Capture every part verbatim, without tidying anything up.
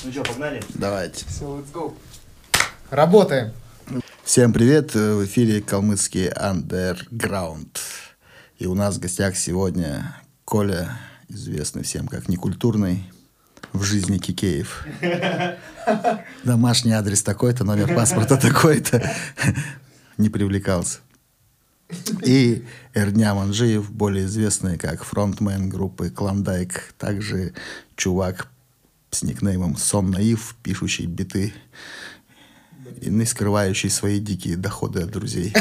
Ну что, погнали? Давайте. Все, let's go. Работаем. Всем привет, в эфире калмыцкий андерграунд. И у нас в гостях сегодня Коля, известный всем как некультурный, в жизни Кикеев. Домашний адрес такой-то, номер паспорта такой-то. Не привлекался. И Эрдня Манжиев, более известный как фронтмен группы Клондайк, также чувак с никнеймом Сон Наив, пишущий биты и не скрывающий свои дикие доходы от друзей.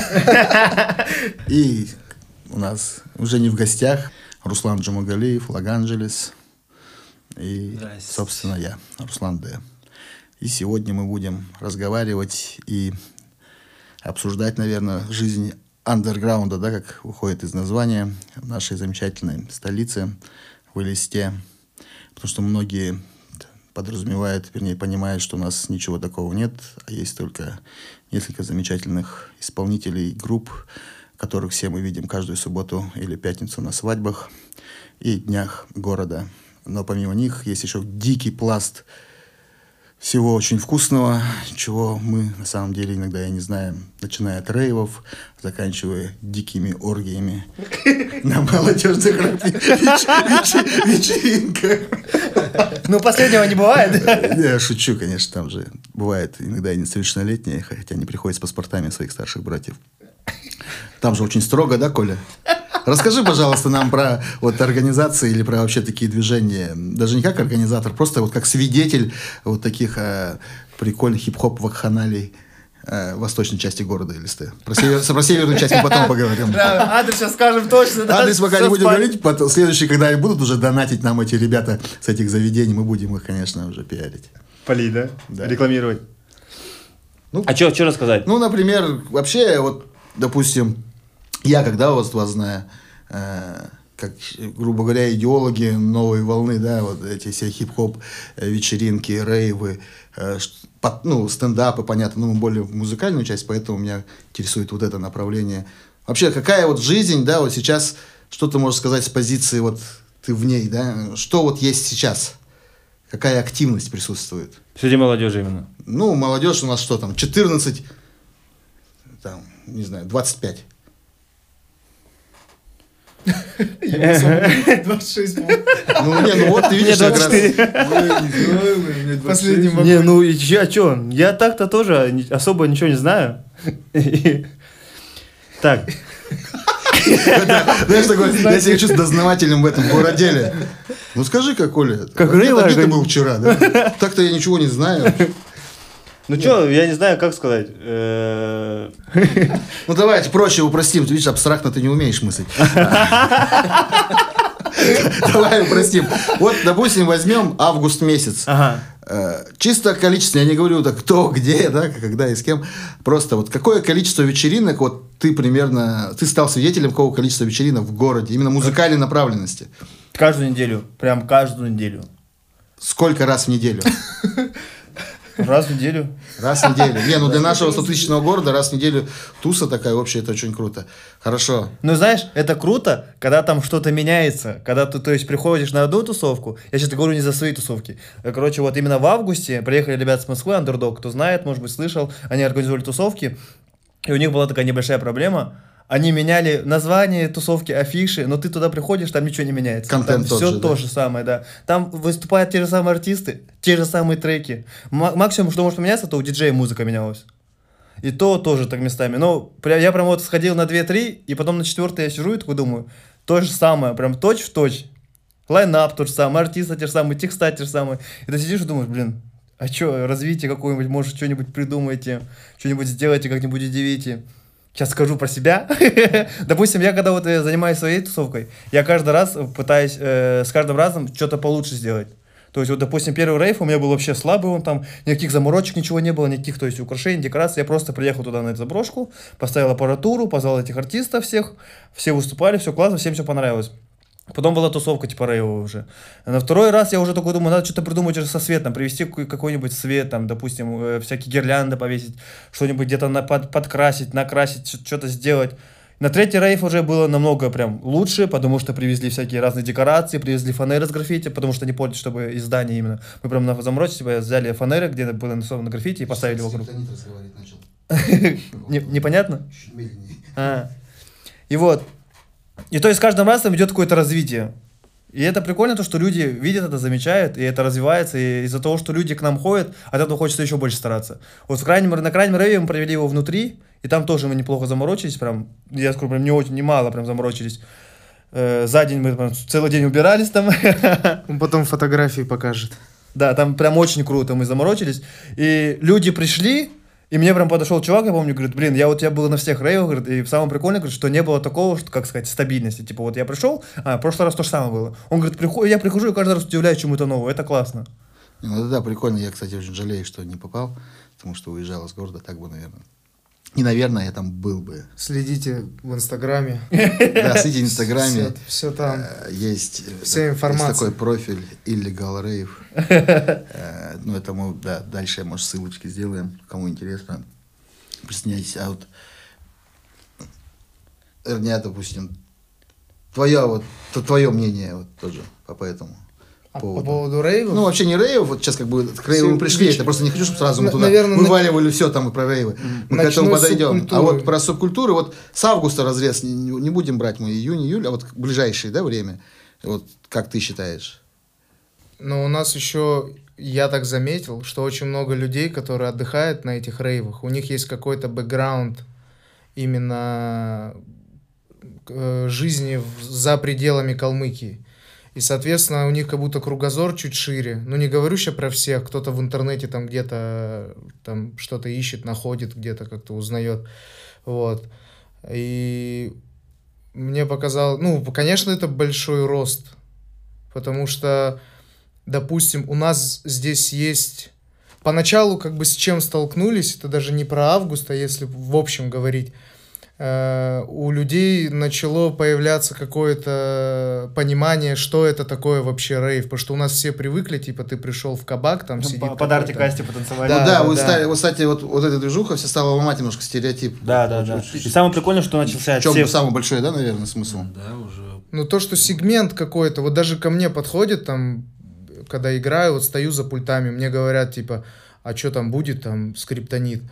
И у нас уже не в гостях Руслан Джумагалиев, Лос-Анджелес и, собственно, я, Руслан Д. И сегодня мы будем разговаривать и обсуждать, наверное, жизнь андерграунда, да, как выходит из названия, в нашей замечательной столице, в Элисте. Потому что многие подразумевают, вернее, понимают, что у нас ничего такого нет, а есть только несколько замечательных исполнителей, групп, которых все мы видим каждую субботу или пятницу на свадьбах и днях города. Но помимо них есть еще дикий пласт всего очень вкусного, чего мы на самом деле иногда и не знаем, начиная от рейвов, заканчивая дикими оргиями на молодежных вечеринках. Ну, последнего не бывает. Я шучу, конечно, там же бывает иногда и несовершеннолетние, хотя они приходят с паспортами своих старших братьев. Там же очень строго, да, Коля? Расскажи, пожалуйста, нам про вот организации или про вообще такие движения. Даже не как организатор, просто вот как свидетель вот таких э, прикольных хип-хоп вакханалий э, в восточной части города Элисты. Про, север, про северную часть мы потом поговорим. Да, адрес сейчас скажем точно. Да, адрес пока не будем говорить. Потом, следующий, когда будут уже донатить нам эти ребята с этих заведений, мы будем их, конечно, уже пиарить. Пали, да? Да. Рекламировать. Ну, а что рассказать? Ну, например, вообще, вот, допустим, я, когда вас, вас знаю, э, как, грубо говоря, идеологи новой волны, да, вот эти все хип-хоп вечеринки, рейвы, э, под, ну, стендапы, понятно, но мы более в музыкальную часть, поэтому меня интересует вот это направление. Вообще, какая вот жизнь, да, вот сейчас, что ты можешь сказать с позиции, вот, ты в ней, да, что вот есть сейчас? Какая активность присутствует? Среди молодежи именно. Ну, молодежь у нас что там, четырнадцать, там, не знаю, двадцать пять. двадцать шесть. Ну, не, ну вот ты видишь, как раз... Последний момент. Не, ну, я что, я так-то тоже особо ничего не знаю. Так. Знаешь, такой, я себя чувствую дознавателем в этом городеле. Ну, скажи-ка, Коля, как где ты был вчера, да? Так-то я ничего не знаю. Ну что, я не знаю, как сказать. Ну давайте проще упростим. Ты видишь, абстрактно ты не умеешь мыслить. Давай упростим. Вот, допустим, возьмем август месяц. Чисто количество, я не говорю так, кто, где, да, когда и с кем. Просто вот какое количество вечеринок вот ты примерно, ты стал свидетелем какого количества вечеринок в городе, именно музыкальной направленности? Каждую неделю, прям каждую неделю. Сколько раз в неделю? Раз в неделю. Раз в неделю. Не, ну для нашего стотысячного города раз в неделю туса такая, вообще это очень круто. Хорошо. Ну, знаешь, это круто, когда там что-то меняется, когда ты, то есть, приходишь на одну тусовку, я сейчас говорю не за свои тусовки, короче, вот именно в августе приехали ребята с Москвы, Underdog, кто знает, может быть, слышал, они организовали тусовки, и у них была такая небольшая проблема. Они меняли название тусовки, афиши, но ты туда приходишь, там ничего не меняется. Контент там тот все же, то да? же самое, да. Там выступают те же самые артисты, те же самые треки. М- максимум, что может поменяться, то у диджея музыка менялась. И то тоже так местами. Но я прям вот сходил на две-три, и потом на четвертый я сижу и такой думаю, то же самое, прям точь-в-точь. Лайнап тот же самый, артисты те же самые, текста те же самые. И ты сидишь и думаешь, блин, а что, развитие какое-нибудь, может, что-нибудь придумайте, что-нибудь сделайте, как-нибудь удивите. Сейчас скажу про себя. Допустим, я когда вот занимаюсь своей тусовкой, я каждый раз пытаюсь э, с каждым разом что-то получше сделать. То есть, вот, допустим, первый рейв у меня был вообще слабый, он там, никаких заморочек, ничего не было, никаких, то есть, украшений, декораций. Я просто приехал туда на эту заброшку, поставил аппаратуру, позвал этих артистов всех, все выступали, все классно, всем все понравилось. Потом была тусовка типа рейвовая уже. На второй раз я уже такой думаю, надо что-то придумать уже со светом, привезти какой-нибудь свет, там, допустим, всякие гирлянды повесить, что-нибудь где-то на, под, подкрасить, накрасить, что-то сделать. На третий рейв уже было намного прям лучше, потому что привезли всякие разные декорации, привезли фанеры с граффити, потому что не поняли, чтобы издание именно. Мы прям на заморочке типа, взяли фанеры, где было нарисовано граффити и поставили вокруг. Не- Непонятно? А. И вот. И то есть с каждым разом идет какое-то развитие. И это прикольно, то, что люди видят это, замечают, и это развивается, и из-за того, что люди к нам ходят, от этого хочется еще больше стараться. Вот в крайнем, на крайнем рейве мы провели его внутри, и там тоже мы неплохо заморочились, прям, я скажу, прям не очень, немало прям заморочились. Э, за день мы прям, целый день убирались там. Он потом фотографии покажет. Да, там прям очень круто мы заморочились. И люди пришли, и мне прям подошел чувак, я помню, говорит, блин, я вот я был на всех рейвах, говорит, и самое прикольное, говорит, что не было такого, что, как сказать, стабильности. Типа вот я пришел, а в прошлый раз то же самое было. Он говорит, приход, я прихожу и каждый раз удивляюсь чему-то новому, это классно. Ну да, да, прикольно. Я, кстати, очень жалею, что не попал, потому что уезжал из города, так бы, наверное. Не, наверное, я там был бы. Следите в Инстаграме. Да, следите в Инстаграме. Все там. Э, Есть, э, Вся так- информация. есть такой профиль Illegal Rave. Э, Ну, это мы, да, дальше, может, ссылочки сделаем, кому интересно. Присоединяйтесь. А вот, Эрня, допустим, твое вот, то- твое мнение вот тоже по по этому А по поводу. поводу рейвов? Ну, вообще не рейвов, вот сейчас как бы к рейву мы Всё, пришли, веч- я просто не хочу, чтобы сразу мы На- туда наверное, на- вываливали все там и про рейвы. Мы к этому Ночной подойдем. А субкультуры. вот про субкультуры, вот с августа разрез не, не- не будем брать мы июнь, июль, а вот ближайшее, да, время. Вот как ты считаешь? Но у нас еще, я так заметил, что очень много людей, которые отдыхают на этих рейвах, у них есть какой-то бэкграунд именно э, жизни в- за пределами Калмыкии. И, соответственно, у них как будто кругозор чуть шире. Ну, не говорю сейчас про всех, кто-то в интернете там где-то там что-то ищет, находит, где-то как-то узнает. Вот. И мне показал, ну, конечно, это большой рост, потому что, допустим, у нас здесь есть... Поначалу как бы с чем столкнулись, это даже не про август, а если в общем говорить, э, у людей начало появляться какое-то понимание, что это такое вообще рейв, потому что у нас все привыкли, типа, ты пришел в кабак, там сидит По- Подарки какой-то- Касте потанцевать. Да, ну да, да, вот, да. стали- вот, кстати, вот, вот эта движуха вся стала ломать немножко стереотип. Да, да, да. И самое прикольное, что начался В чем все... самый большой, да, наверное, смысл? Да, уже. Ну, то, что сегмент какой-то, вот даже ко мне подходит, там, когда играю, вот стою за пультами, мне говорят, типа, а что там будет, там, скриптонит.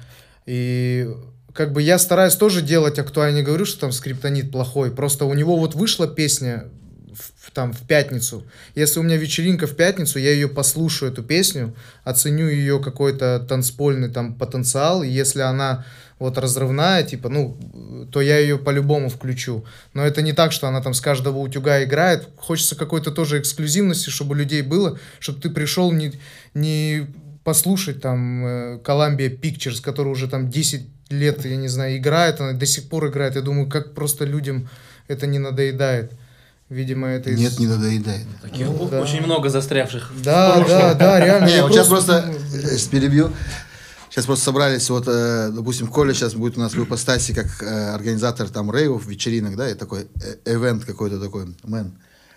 И как бы я стараюсь тоже делать актуально, не говорю, что там скриптонит плохой, просто у него вот вышла песня в, там, в пятницу. Если у меня вечеринка в пятницу, я ее послушаю, эту песню, оценю ее какой-то танцпольный там потенциал, и если она вот разрывная, типа, ну, то я ее по-любому включу. Но это не так, что она там с каждого утюга играет. Хочется какой-то тоже эксклюзивности, чтобы у людей было, чтобы ты пришел не, не послушать там э, Columbia Pictures, который уже там десять лет, я не знаю, играет, она до сих пор играет. Я думаю, как просто людям это не надоедает. Видимо, это... из- Нет, не надоедает. Таких Ну, да. очень много застрявших. Да, да, да, реально. Не, я вот сейчас просто просто, думаю, э, перебью. Сейчас просто собрались, вот, э, допустим, Коля сейчас будет у нас в ипостаси как э, организатор там рейвов, вечеринок, да, и такой э, эвент какой-то такой, мэн.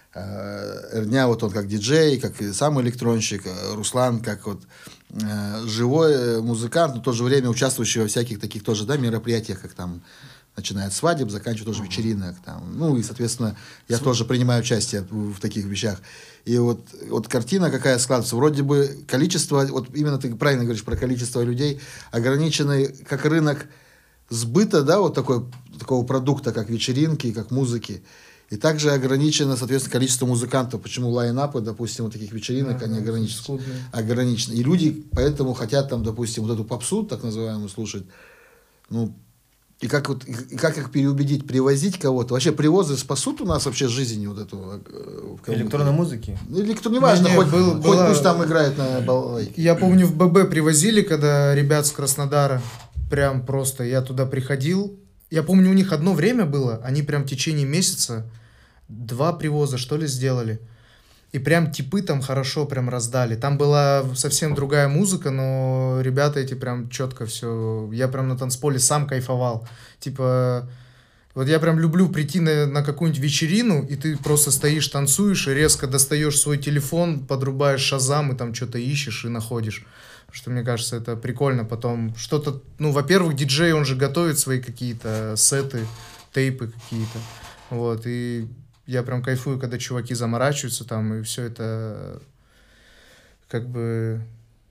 Э, Эрня, вот он как диджей, как и сам электронщик, э, Руслан как вот э, живой э, музыкант, но в то же время участвующий во всяких таких тоже, да, мероприятиях, как там, начиная от свадеб, заканчивая тоже вечеринок, там, ну, и, соответственно, я тоже принимаю участие в, в таких вещах. И вот, вот картина какая складывается. Вроде бы количество, вот именно ты правильно говоришь про количество людей, ограниченный как рынок сбыта, да, вот такой, такого продукта, как вечеринки, как музыки. И также ограничено, соответственно, количество музыкантов. Почему лайнапы, допустим, вот таких вечеринок, да, они да, ограничены. скудные. ограничены. И люди поэтому хотят там, допустим, вот эту попсу, так называемую, слушать. Ну, и как, вот, и, и как их переубедить, привозить кого-то? Вообще привозы спасут у нас вообще жизнь вот эту? э, в Калмыкии? Электронной музыки. Или кто, неважно, Не-не, хоть, был- хоть была- пусть там играет на балалайке. Я помню, в ББ привозили, когда ребят с Краснодара, прям просто, я туда приходил. Я помню, у них одно время было, они прям в течение месяца два привоза, что ли, сделали. И прям типы там хорошо прям раздали. Там была совсем другая музыка, но ребята эти прям четко все... Я прям на танцполе сам кайфовал. Типа... Вот я прям люблю прийти на, на какую-нибудь вечерину, и ты просто стоишь, танцуешь, и резко достаешь свой телефон, подрубаешь шазам, и там что-то ищешь и находишь. Потому что, мне кажется, это прикольно. Потом что-то... Ну, во-первых, диджей, он же готовит свои какие-то сеты тейпы какие-то, вот, и я прям кайфую, когда чуваки заморачиваются там, и все это как бы...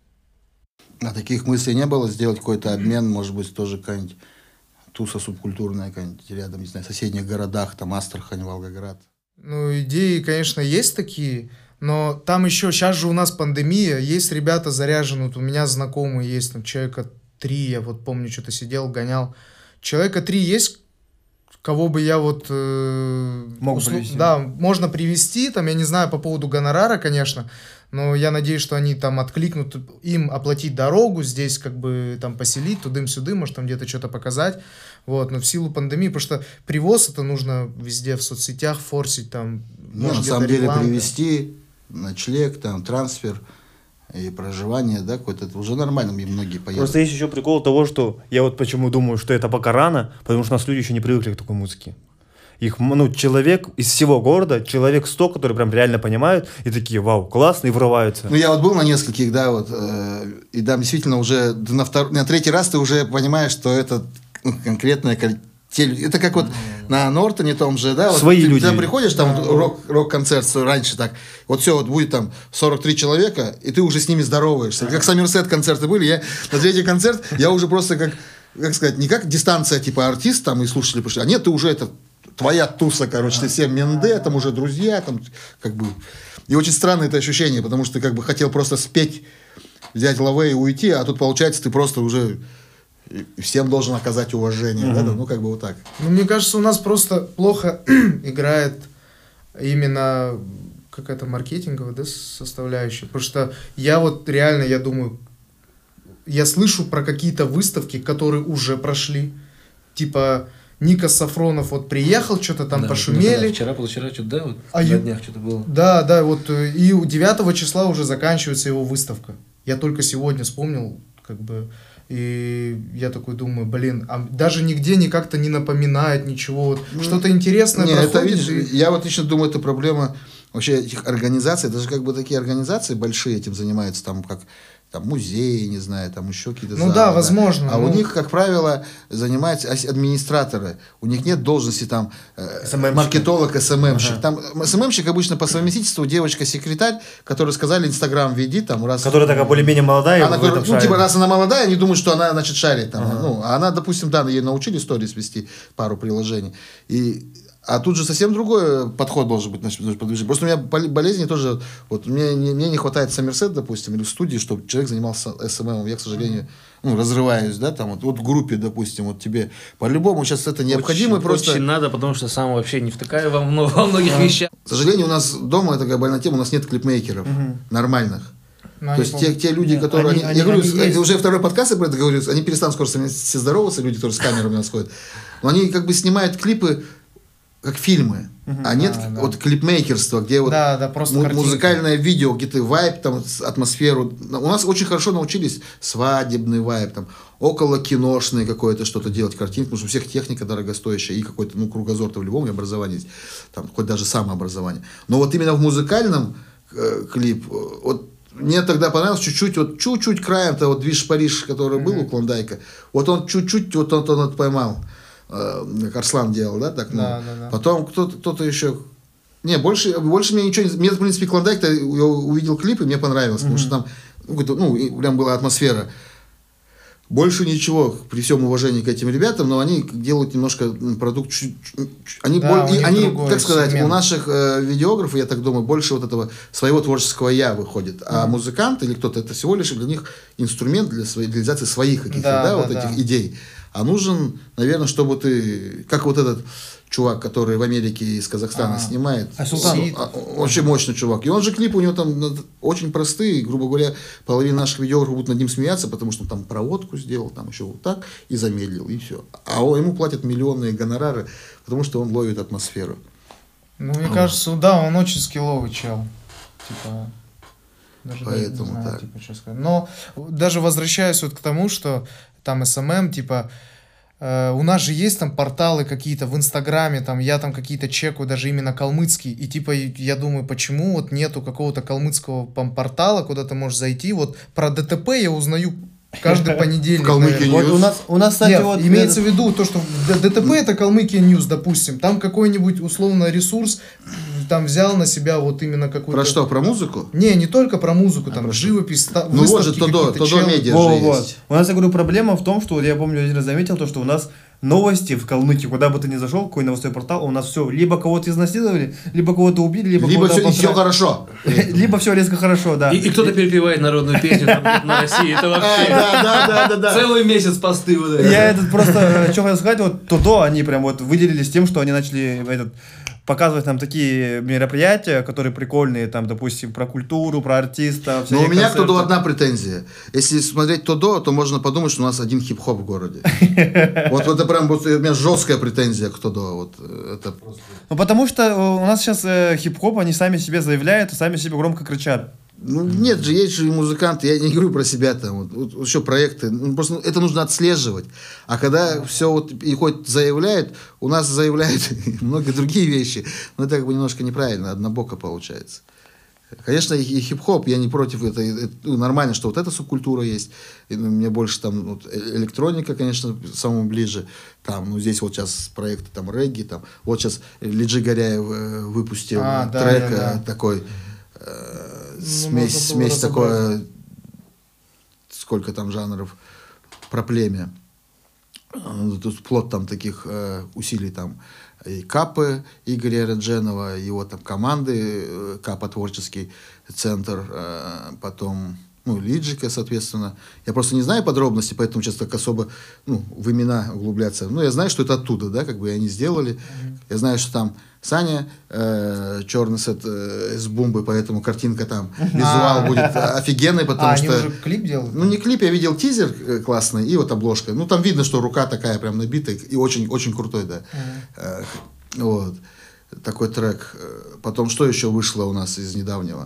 А таких мыслей не было сделать какой-то обмен, может быть, тоже какая-нибудь туса субкультурная какая-нибудь рядом, не знаю, в соседних городах, там Астрахань, Волгоград? Ну, идеи, конечно, есть такие, но там еще, сейчас же у нас пандемия, есть ребята заряжены, вот у меня знакомые есть, там, человека три, я вот помню, что-то сидел, гонял. Человека три есть, кого бы я вот... Э, Мог услу... привести. Да, можно привести, там, я не знаю, по поводу гонорара, конечно, но я надеюсь, что они там откликнут, им оплатить дорогу, здесь как бы там поселить, тудым-сюдым, может там где-то что-то показать, вот, но в силу пандемии, потому что привоз это нужно везде в соцсетях форсить, там, Ну, может, на самом где-то деле, реклама. привезти ночлег, там, трансфер и проживание, да, какое-то, это уже нормально, и многие поедут. Просто есть еще прикол того, что я вот почему думаю, что это пока рано, потому что у нас люди еще не привыкли к такой музыке. Их, ну, человек из всего города, человек сто, которые прям реально понимают, и такие, вау, классно, и врываются. Ну, я вот был на нескольких, да, вот, э, и да, действительно, уже на, втор... на третий раз ты уже понимаешь, что это ну, конкретная... Это как вот на Нортоне том же, да, вот Свои ты, люди. Ты приходишь, там вот, рок, рок-концерт раньше так, вот все, вот будет там сорок три человека, и ты уже с ними здороваешься. Как Саммерсет концерты были, я на третий концерт, я уже просто как, как сказать, не как дистанция типа артист там и слушатели пришли, а нет, ты уже это... Твоя туса, короче, ты всем менде, там уже друзья, там, как бы... И очень странное это ощущение, потому что ты как бы хотел просто спеть, взять лаве и уйти, а тут, получается, ты просто уже всем должен оказать уважение, mm-hmm. да? Ну, как бы вот так. Ну, мне кажется, у нас просто плохо играет именно какая-то маркетинговая, да, составляющая, потому что я вот реально, я думаю, я слышу про какие-то выставки, которые уже прошли, типа... Ника Сафронов вот приехал, что-то там да, пошумели. Да, вчера, позавчера что-то, да, вот а на ю... днях что-то было. Да, да, вот и у девятого числа уже заканчивается его выставка. Я только сегодня вспомнил, как бы, и я такой думаю, блин, а даже нигде ни как-то не напоминает ничего, вот, ну, что-то интересное не, проходит. Это, видишь, и... Я вот еще думаю, это проблема вообще этих организаций, даже как бы такие организации большие этим занимаются, там как там музеи, не знаю, там еще какие-то Ну залы, да, возможно. А ну... у них, как правило, занимаются администраторы. У них нет должности там э, маркетолог, эс эм эм-щик. Ага. Там эс эм эм-щик обычно по совместительству девочка-секретарь, которой сказали Инстаграм веди, там раз. Которая такая более-менее молодая. Она, говорит, ну, типа, раз она молодая, они думают, что она, значит, шарит. Там, ага. Ну, а она, допустим, да, ей научили сторис вести, пару приложений. И А тут же совсем другой подход должен быть. Просто у меня болезни тоже... Вот мне, мне не хватает Саммерсет, допустим, или в студии, чтобы человек занимался эс эм эм. Я, к сожалению, ну, разрываюсь, да, там вот, вот в группе, допустим, вот тебе по-любому сейчас это необходимо. Очень, просто... очень надо, потому что сам вообще не втыкаю во, во многих а. вещах. К сожалению, у нас дома такая больная тема, у нас нет клипмейкеров угу. нормальных. Но То есть те, те люди, нет, которые... Они, они, я говорю, они уже второй подкаст я про это говорю, они перестанут скоро все здороваться, люди, которые с камерами у нас ходят. Но они как бы снимают клипы как фильмы, uh-huh. а нет да, вот да. клипмейкерства, где вот да, да, просто му- музыкальное видео, где ты вайб, там, атмосферу. У нас очень хорошо научились свадебный вайб, там, около киношный какое-то что-то делать, картинки, потому что у всех техника дорогостоящая и какой-то, ну, кругозор-то в любом образовании есть, там, хоть даже самообразование. Но вот именно в музыкальном э, клип, вот мне тогда понравилось чуть-чуть, вот чуть-чуть краем-то вот Движ Париж, который mm-hmm. был у Клондайка, вот он чуть-чуть, вот он, он это поймал. Как Арслан делал, да, так, ну, да, да, да. Потом кто-то, кто-то еще, не, больше, больше мне ничего не, мне, в принципе, Клондайк, я увидел клип, и мне понравилось, mm-hmm. потому что там, ну, прям была атмосфера. Больше ничего, при всем уважении к этим ребятам, но они делают немножко продукт, чуть, они, да, боль, они так сказать, сегмент. У наших э, видеографов, я так думаю, больше вот этого своего творческого я выходит, а mm-hmm. музыкант или кто-то, это всего лишь для них инструмент для, своей, для реализации своих каких-то, да, да, да, вот да. этих идей. А нужен, наверное, чтобы ты, как вот этот чувак, который в Америке из Казахстана А-а-а. снимает, а Султан. Очень мощный чувак. И он же клипы у него там очень простые, грубо говоря, половина наших видеографов будут над ним смеяться, потому что он там проводку сделал, там еще вот так, и замедлил, и все. А ему платят миллионные гонорары, потому что он ловит атмосферу. Ну, мне а кажется, вот. да, он очень скилловый чел. Типа... Даже Поэтому не знаю, так. Типа, что сказать. Но даже возвращаясь вот к тому, что там эс эм эм, типа, э, у нас же есть там порталы какие-то в Инстаграме, там, я там какие-то чекаю, даже именно калмыцкий, и типа, я думаю, почему вот нету какого-то калмыцкого там, портала, куда ты можешь зайти, вот про ДТП я узнаю Каждый понедельник. В Калмыкии наверное. Вот у нас, у нас, кстати, Нет, вот... имеется в виду то, что Д- ДТП это Калмыкия Ньюс, допустим. Там какой-нибудь условно ресурс там взял на себя вот именно какую-то... Про что, про музыку? Не, не только про музыку, там про что? живопись, ста- Ну вот же выставки Тодо, какие-то, Тодо челленджи. Медиа Во, же вот. есть. У нас, я говорю, проблема в том, что вот я помню, один раз заметил, то, что у нас новости в Калмыкии, куда бы ты ни зашел, какой новостной портал, у нас все, либо кого-то изнасиловали, либо кого-то убили, либо, Либо кого-то все, и все обосрали. хорошо. Либо все резко хорошо, да. И, и кто-то перепевает народную песню там, на России. Это вообще Да, да, да, да, да. целый месяц посты вот это. Я этот просто, что хотел сказать, вот Тодо, они прям вот выделились тем, что они начали этот, показывать нам такие мероприятия, которые прикольные, там, допустим, про культуру, про артиста. Но у всякие меня к концерты. Тодо одна претензия. Если смотреть Тодо, то можно подумать, что у нас один хип-хоп в городе. Вот это прям вот у меня жесткая претензия к Тодо. Вот это просто. Ну, потому что э, у нас сейчас э, хип-хоп, они сами себе заявляют и сами себе громко кричат. Ну, нет же, есть же и музыканты, я не говорю про себя там, вот, вот, вот еще проекты, ну, просто ну, это нужно отслеживать. А когда все вот и хоть заявляют, у нас заявляют многие другие вещи, но это как бы немножко неправильно, однобоко получается. Конечно, и, и хип-хоп, я не против, это, это ну, нормально, что вот эта субкультура есть, и, ну, мне больше там вот, электроника, конечно, самому ближе, там, ну, здесь вот сейчас проекты там регги, там, вот сейчас Лиджи Горяев э, выпустил А, да, трек да, да. э, такой, э, Ну, смесь, можно было смесь разобрать. такое, сколько там жанров, про племя. Э, Тут плод там таких э, усилий там и Капы Игоря Радженова, его там команды, э, Капа творческий центр, э, потом ну, Лиджика, соответственно. Я просто не знаю подробности, поэтому сейчас так особо ну, в имена углубляться. Но я знаю, что это оттуда, да, как бы и они сделали. Mm-hmm. Я знаю, что там Саня, э, черный сет э, с бомбой, поэтому картинка там, визуал будет офигенный, потому А, что... они уже клип делают? Ну, не клип, я видел тизер э, классный, и вот обложка. Ну, там видно, что рука такая прям набитая, и очень, очень крутой, да. Э, вот. Такой трек. Э, Потом, что еще вышло у нас из недавнего?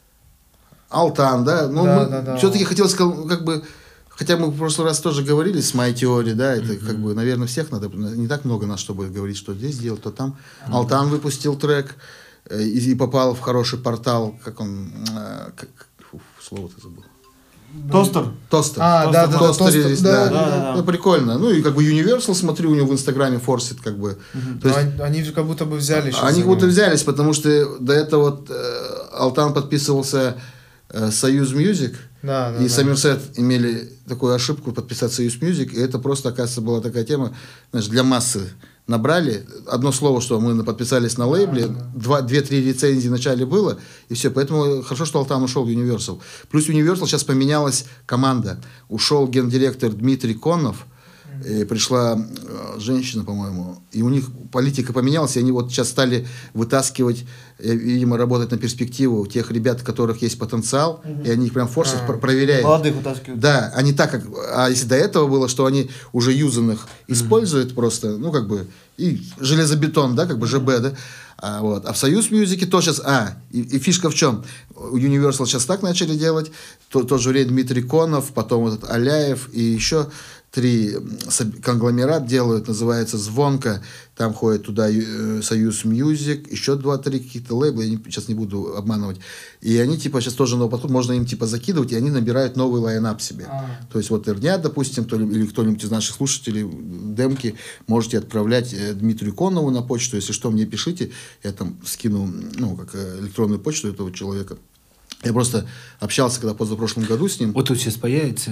Алтан, да? Ну, Да, мы да, да. все-таки хотелось, как бы... Хотя мы в прошлый раз тоже говорили с My Theory, да, это Mm-hmm. как бы, наверное, всех надо, не так много нас, чтобы говорить, что здесь делать, то там. Mm-hmm. Алтан выпустил трек э, и, и попал в хороший портал, как он, э, как, фу, слово-то забыл. Тостер. Тостер. А, да, да, да, Тостер Тостер, есть, да, да. да, да. Ну, прикольно. Ну, и как бы Universal, смотрю, у него в Инстаграме форсит, как бы. Mm-hmm. То есть, они, они как будто бы взяли сейчас. они как будто взялись, потому что до этого вот, э, Алтан подписывался э, Союз Мьюзик, Да, да, и да. Сомерсет имели такую ошибку подписать Союз Мьюзик, и это просто, оказывается, была такая тема, знаешь, для массы. Набрали одно слово, что мы подписались на лейбле, два, две-три рецензии вначале было, и все. Поэтому хорошо, что Алтан ушел в Universal. Плюс Universal сейчас поменялась команда. Ушел гендиректор Дмитрий Коннов, и пришла э, женщина, по-моему, и у них политика поменялась, и они вот сейчас стали вытаскивать, э, видимо, работать на перспективу тех ребят, у которых есть потенциал, и они их прям форсят, А. пр- проверяют. Молодых вытаскивают. Да, они так как, а если до этого было, что они уже юзанных используют просто, ну как бы, и железобетон, да, как бы ЖБ, да, а, вот. А в Союз Мьюзике то сейчас, а, и, и фишка в чем? У Universal сейчас так начали делать, то, тот же время Дмитрий Конов, потом вот этот Аляев и еще три соб- конгломерат делают, называется «Звонка», там ходит туда э, Союз Мьюзик, еще два-три каких-то лейбла, я не, сейчас не буду обманывать. И они типа сейчас тоже новый подход, можно им типа закидывать, и они набирают новый лайнап себе. А. То есть вот Эрня, допустим, то ли- или кто-нибудь из наших слушателей, демки, можете отправлять э, Дмитрию Конову на почту, если что, мне пишите, я там скину, ну, как э, электронную почту этого человека. Я просто общался, когда позапрошлом году с ним. Вот тут сейчас появится.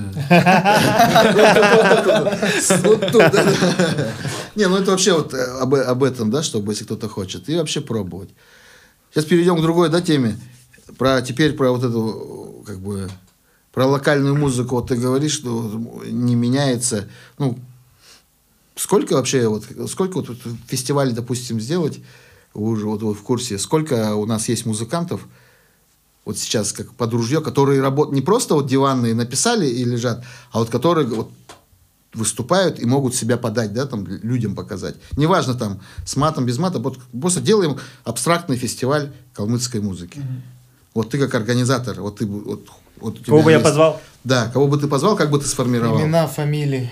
Вот тут, да. Не, ну это вообще вот об, об этом, да, чтобы если кто-то хочет. И вообще пробовать. Сейчас перейдем к другой, да, теме. Про, теперь про вот эту, как бы, про локальную музыку. Вот ты говоришь, что не меняется. Ну, сколько вообще, вот, сколько вот фестивалей, допустим, сделать, вы уже вот, вот в курсе, сколько у нас есть музыкантов, вот сейчас как под ружье, которые работают не просто вот диванные написали и лежат, а вот которые вот выступают и могут себя подать, да, там людям показать. Неважно там с матом, без мата, вот просто делаем абстрактный фестиваль калмыцкой музыки. Mm-hmm. Вот ты как организатор, вот ты вот, вот у тебя Кого бы я есть- позвал? Да, кого бы ты позвал, как бы ты сформировал? Имена, фамилии.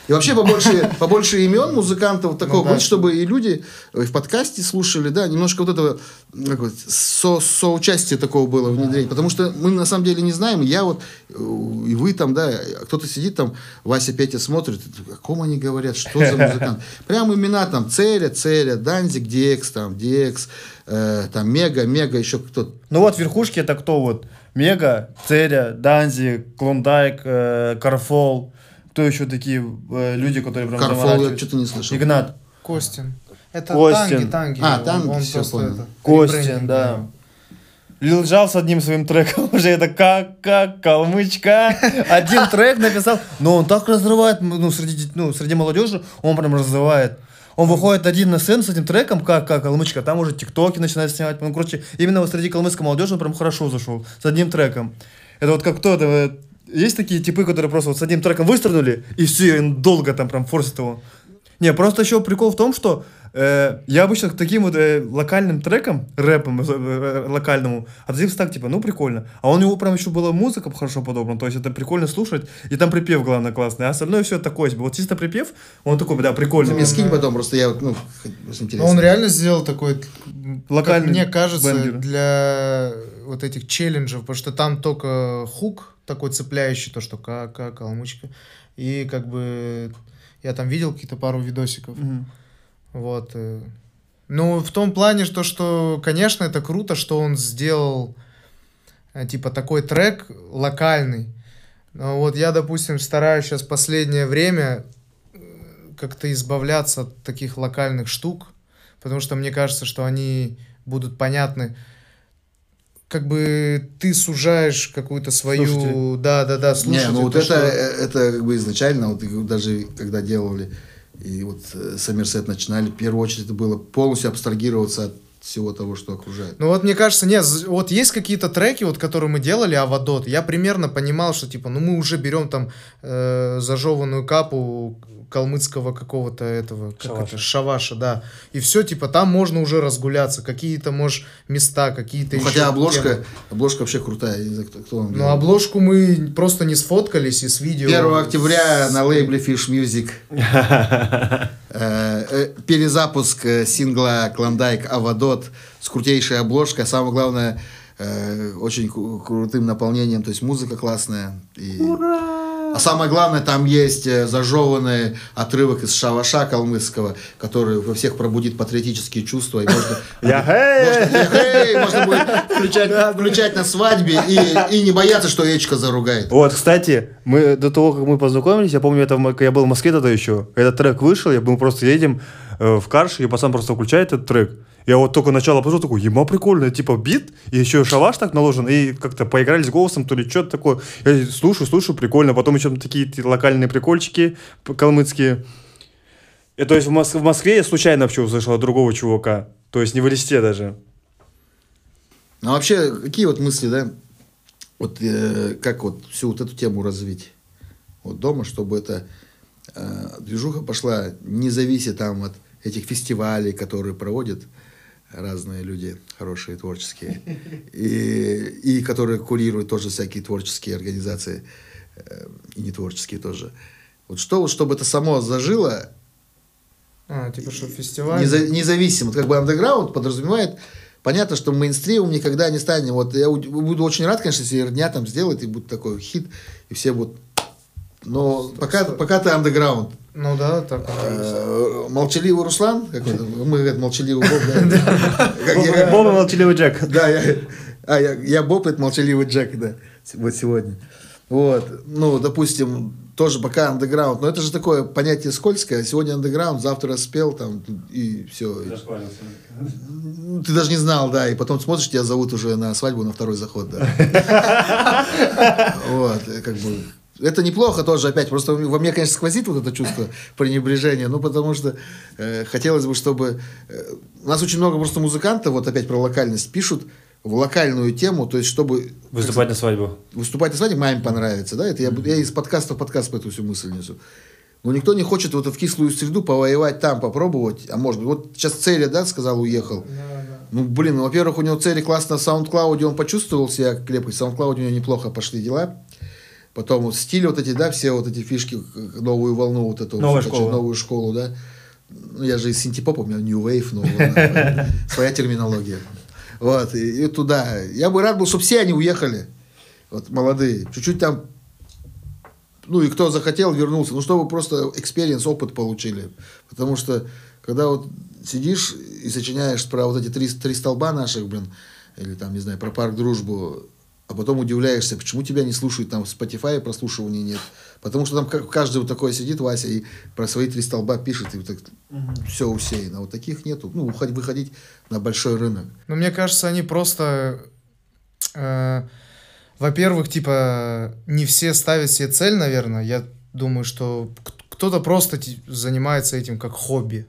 И вообще побольше, побольше имен музыкантов такого Ну да. быть, чтобы и люди в подкасте слушали, да, немножко вот этого как вот, со, соучастия такого было внедрение. Потому что мы на самом деле не знаем, я вот, э, и вы там, да, кто-то сидит там, Вася, Петя смотрит, о ком они говорят, что за музыкант. Прям имена там Церя, Церя, Данзик, ди экс, там, ди экс, э, там, Мега, Мега, еще кто-то. Ну вот верхушки это кто вот? Мега, Церя, Данзи, Клондайк, э, Карфол. Кто еще такие э, люди, которые прям Карфол я заморачиваются? что-то не слышал. Игнат. Костин. Это Костин. Танги, Танги. А, Он- Танги, он всё, просто понял. это, Костин, ребрендинг, да. Лил Джал с одним своим треком уже это как, как, калмычка. Один трек написал, но он так разрывает, ну, среди, дет- ну, среди молодежи, он прям разрывает. Он выходит один на сцену с этим треком, как, как калмычка, там уже тиктоки начинает снимать. Ну, короче, именно вот среди калмыцкой молодежи он прям хорошо зашел, с одним треком. Это вот как кто-то, э, есть такие типы, которые просто вот с одним треком выстрелили, и все, им долго там прям форсит его. Не, просто еще прикол в том, что э, я обычно к таким вот э, локальным трекам, рэпом э, э, локальному, относился так, типа, ну прикольно. А у него прям еще была музыка хорошо подобрана, то есть это прикольно слушать, и там припев, главное, классный, а остальное все такое себе. Вот чисто припев, он такой, да, Ты прикольный. мне скинь потом, просто я, ну, просто Но интересно. он реально сделал такой, Локальный как мне кажется, бенгер. для вот этих челленджев, потому что там только хук такой цепляющий, то, что ка-ка, калмычка. И как бы я там видел какие-то пару видосиков. Мгм. Вот. э. Ну, в том плане, что, что, конечно, это круто, что он сделал, э, типа, такой трек локальный. Но вот я, допустим, стараюсь сейчас последнее время э, как-то избавляться от таких локальных штук, потому что мне кажется, что они будут понятны. Как бы ты сужаешь какую-то свою... Слушателей. Да, да, да, Не, слушателей. ну вот то, это, что- это как бы изначально, вот и даже когда делали, и вот э, Сомерсет начинали, в первую очередь это было полностью абстрагироваться от всего того, что окружает. Ну вот мне кажется, нет, з- вот есть какие-то треки, вот, которые мы делали, Авадот, я примерно понимал, что типа, ну мы уже берем там э, зажеванную капу калмыцкого какого-то этого, как Шаваша. это, шаваша, да, и все, типа, там можно уже разгуляться, какие-то, может, места, какие-то Ну, еще хотя обложка, темы. обложка вообще крутая, я не знаю, кто, кто вам Ну, делал. обложку мы просто не сфоткались и с видео... первого октября на лейбле Fish Music э, э, перезапуск э, сингла Клондайк Авадот с крутейшей обложкой, а самое главное, э, очень кру- крутым наполнением, то есть музыка классная. И... А самое главное, там есть э, зажеванный отрывок из шаваша калмыцкого, который во всех пробудит патриотические чувства. И можно, Я-хей! можно, «Эхей!» можно будет включать, включать на свадьбе и, и не бояться, что Эчка заругает. Вот, кстати, мы до того, как мы познакомились, я помню, это в Мо- я был в Москве тогда еще, этот трек вышел, я, мы просто едем э, в Карш, и пацан просто включает этот трек. Я вот только начало пошел, такой, ема прикольно, типа бит, и еще шаваш так наложен, и как-то поиграли с голосом, то ли что-то такое. Я слушаю, слушаю, прикольно, потом еще такие т- локальные прикольчики п- калмыцкие. И, то есть в, Мос- в Москве я случайно вообще услышал от другого чувака, то есть не в листе даже. Ну, а вообще, какие вот мысли, да, вот э, как вот всю вот эту тему развить вот дома, чтобы эта э, движуха пошла, не завися там от этих фестивалей, которые проводят разные люди, хорошие, творческие, и, и которые курируют тоже всякие творческие организации, э, и нетворческие тоже. Вот что, вот, чтобы это само зажило, А, типа, что фестиваль... Неза- независимо. Вот как бы андеграунд подразумевает, понятно, что мейнстримом никогда не станем. Вот я у- буду очень рад, конечно, если Дня там сделает, и будет такой хит, и все будут... Но пока, пока ты андеграунд. Ну да, так. Э, Молчаливый Руслан, как это, мы говорим, молчаливый Боб, да? Как я- Боба молчаливый Джек. Да, я, а, я, я Боб, это молчаливый Джек, да, вот сегодня. Вот, ну, допустим, тоже пока андеграунд, но это же такое понятие скользкое. Сегодня андеграунд, завтра спел там, и все. Ты даже не знал, да, и потом смотришь, тебя зовут уже на свадьбу на второй заход, да. Вот, как бы... Это неплохо тоже, опять, просто во мне, конечно, сквозит вот это чувство пренебрежения, ну, потому что э, хотелось бы, чтобы... Э, у нас очень много просто музыкантов, вот опять про локальность, пишут в локальную тему, то есть, чтобы... Выступать на свадьбу. Выступать на свадьбе маме понравится, да, это я, я из подкаста в подкаст по эту всю мысль несу. Но никто не хочет вот в кислую среду повоевать там, попробовать, а может быть, вот сейчас Церя, да, сказал, уехал. Ну, блин, ну, во-первых, у него Церя классно в SoundCloud, он почувствовал себя клепой, в SoundCloud у него неплохо пошли дела. потом вот стиль вот эти, да, все вот эти фишки, новую волну вот эту, Новая хочу, школа. новую школу, да. Ну, я же из синтепопа, у меня New Wave, ну, ладно, своя терминология. Вот, и, и туда. Я бы рад был, чтобы все они уехали, вот, молодые, чуть-чуть там, ну, и кто захотел, вернулся, ну, чтобы просто экспириенс, опыт получили. Потому что, когда вот сидишь и сочиняешь про вот эти три, три столба наших, блин, или там, не знаю, про парк Дружбу, а потом удивляешься, почему тебя не слушают, там в Spotify прослушивания нет. Потому что там каждый вот такой сидит, Вася, и про свои три столба пишет, и вот так mm-hmm. все усеяно. А вот таких нету. Ну, выходить на большой рынок. Ну, мне кажется, они просто... Э, во-первых, типа, не все ставят себе цель, наверное. Я думаю, что кто-то просто занимается этим как хобби.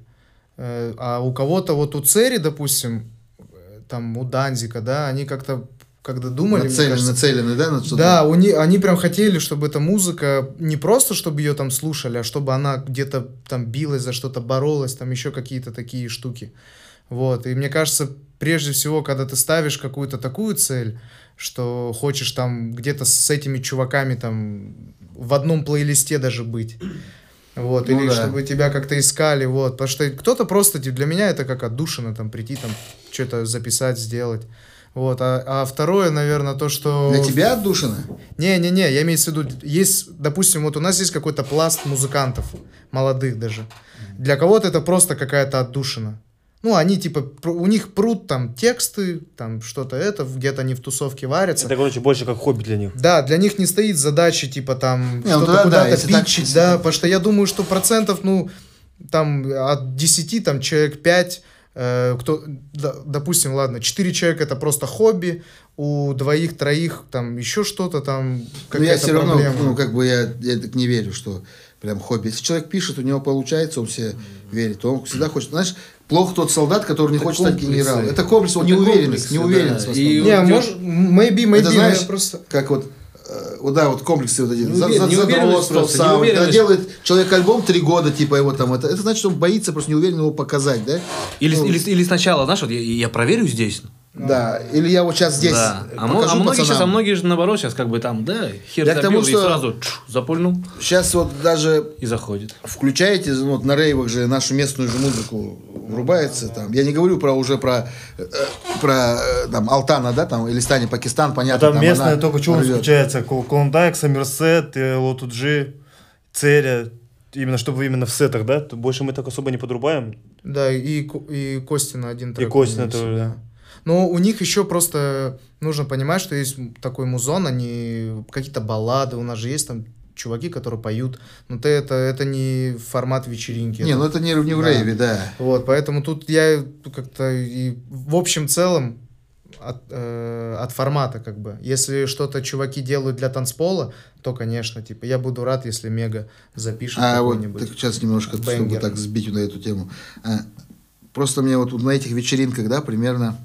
Э, а у кого-то, вот у Цери, допустим, там, у Данзика, да, они как-то когда думали... Нацелены, кажется, нацелены, да? На что-то? Да, у них, они прям хотели, чтобы эта музыка не просто, чтобы ее там слушали, а чтобы она где-то там билась за что-то, боролась, там еще какие-то такие штуки. Вот, и мне кажется, прежде всего, когда ты ставишь какую-то такую цель, что хочешь там где-то с этими чуваками там в одном плейлисте даже быть, вот, ну, или да. чтобы тебя как-то искали, вот, потому что кто-то просто, для меня это как отдушина, там, прийти, там, что-то записать, сделать. Вот, а, а второе, наверное, то, что... Для тебя отдушина? Не-не-не, я имею в виду, есть, допустим, вот у нас есть какой-то пласт музыкантов, молодых даже. Для кого-то это просто какая-то отдушина. Ну, они, типа, у них прут там тексты, там что-то это, где-то они в тусовке варятся. Это, короче, больше как хобби для них. Да, для них не стоит задачи, типа, там, не, что-то ну, куда-то да, питчить, да, потому что я думаю, что процентов, ну, там, от десяти, там, человек пять... Кто, допустим, ладно, четыре человека это просто хобби, у двоих, троих там еще что-то там, какая-то я все равно, проблема. ну, как бы я, я так не верю, что прям хобби. Если человек пишет, у него получается, он все верит, то он всегда хочет, знаешь, плохо тот солдат, который не это хочет стать генералом. Это комплекс, он неуверенность, неуверенность. Да. И не, может, maybe, maybe, это, знаешь, просто... как вот вот, да, вот комплексы вот эти, не увер... задротство, саунд. Когда делает человек альбом три года, типа его там, это, это значит, что он боится просто неуверенно его показать, да? Или, ну, или, или сначала, знаешь, вот я, я проверю здесь. Да, или я вот сейчас здесь да. А, покажу а многие пацанам. сейчас, а многие же наоборот сейчас как бы там, да, хер я забил тому, что и сразу чш, запульнул. Сейчас вот даже и заходит. Включаете, ну, вот на рейвах же нашу местную же музыку врубается там. Я не говорю про уже про э, про э, там Алтана, да, там или Стани Пакистан, понятно. А там, там местная только что рвет. включается Клондайк, Сомерсет, Лотуджи, Церя. Именно чтобы именно в сетах, да? Больше мы так особо не подрубаем. Да, и, и Костина один трек. И Костина тоже, да. Но у них еще просто нужно понимать, что есть такой музон, они какие-то баллады, у нас же есть там чуваки, которые поют, но ты это, это не формат вечеринки. Не, это, ну это не, не в да. рейве, да. Вот, поэтому тут я как-то и в общем целом от, э, от формата как бы. Если что-то чуваки делают для танцпола, то, конечно, типа, я буду рад, если Мега запишет а какой-нибудь. Вот сейчас немножко, бэнгер. Чтобы так сбить на эту тему. А, просто мне вот на этих вечеринках, да, примерно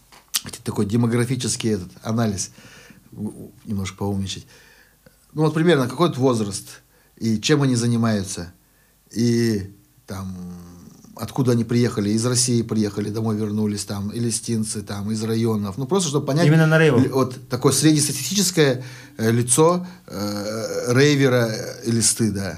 такой демографический этот анализ, немножко поумничать. Ну вот примерно какой-то возраст, и чем они занимаются, и там откуда они приехали, из России приехали, домой вернулись, там, и листинцы, там, из районов. Ну, просто, чтобы понять... Именно на рейвах. Вот такое среднестатистическое э, лицо э, рейвера э, листы, да.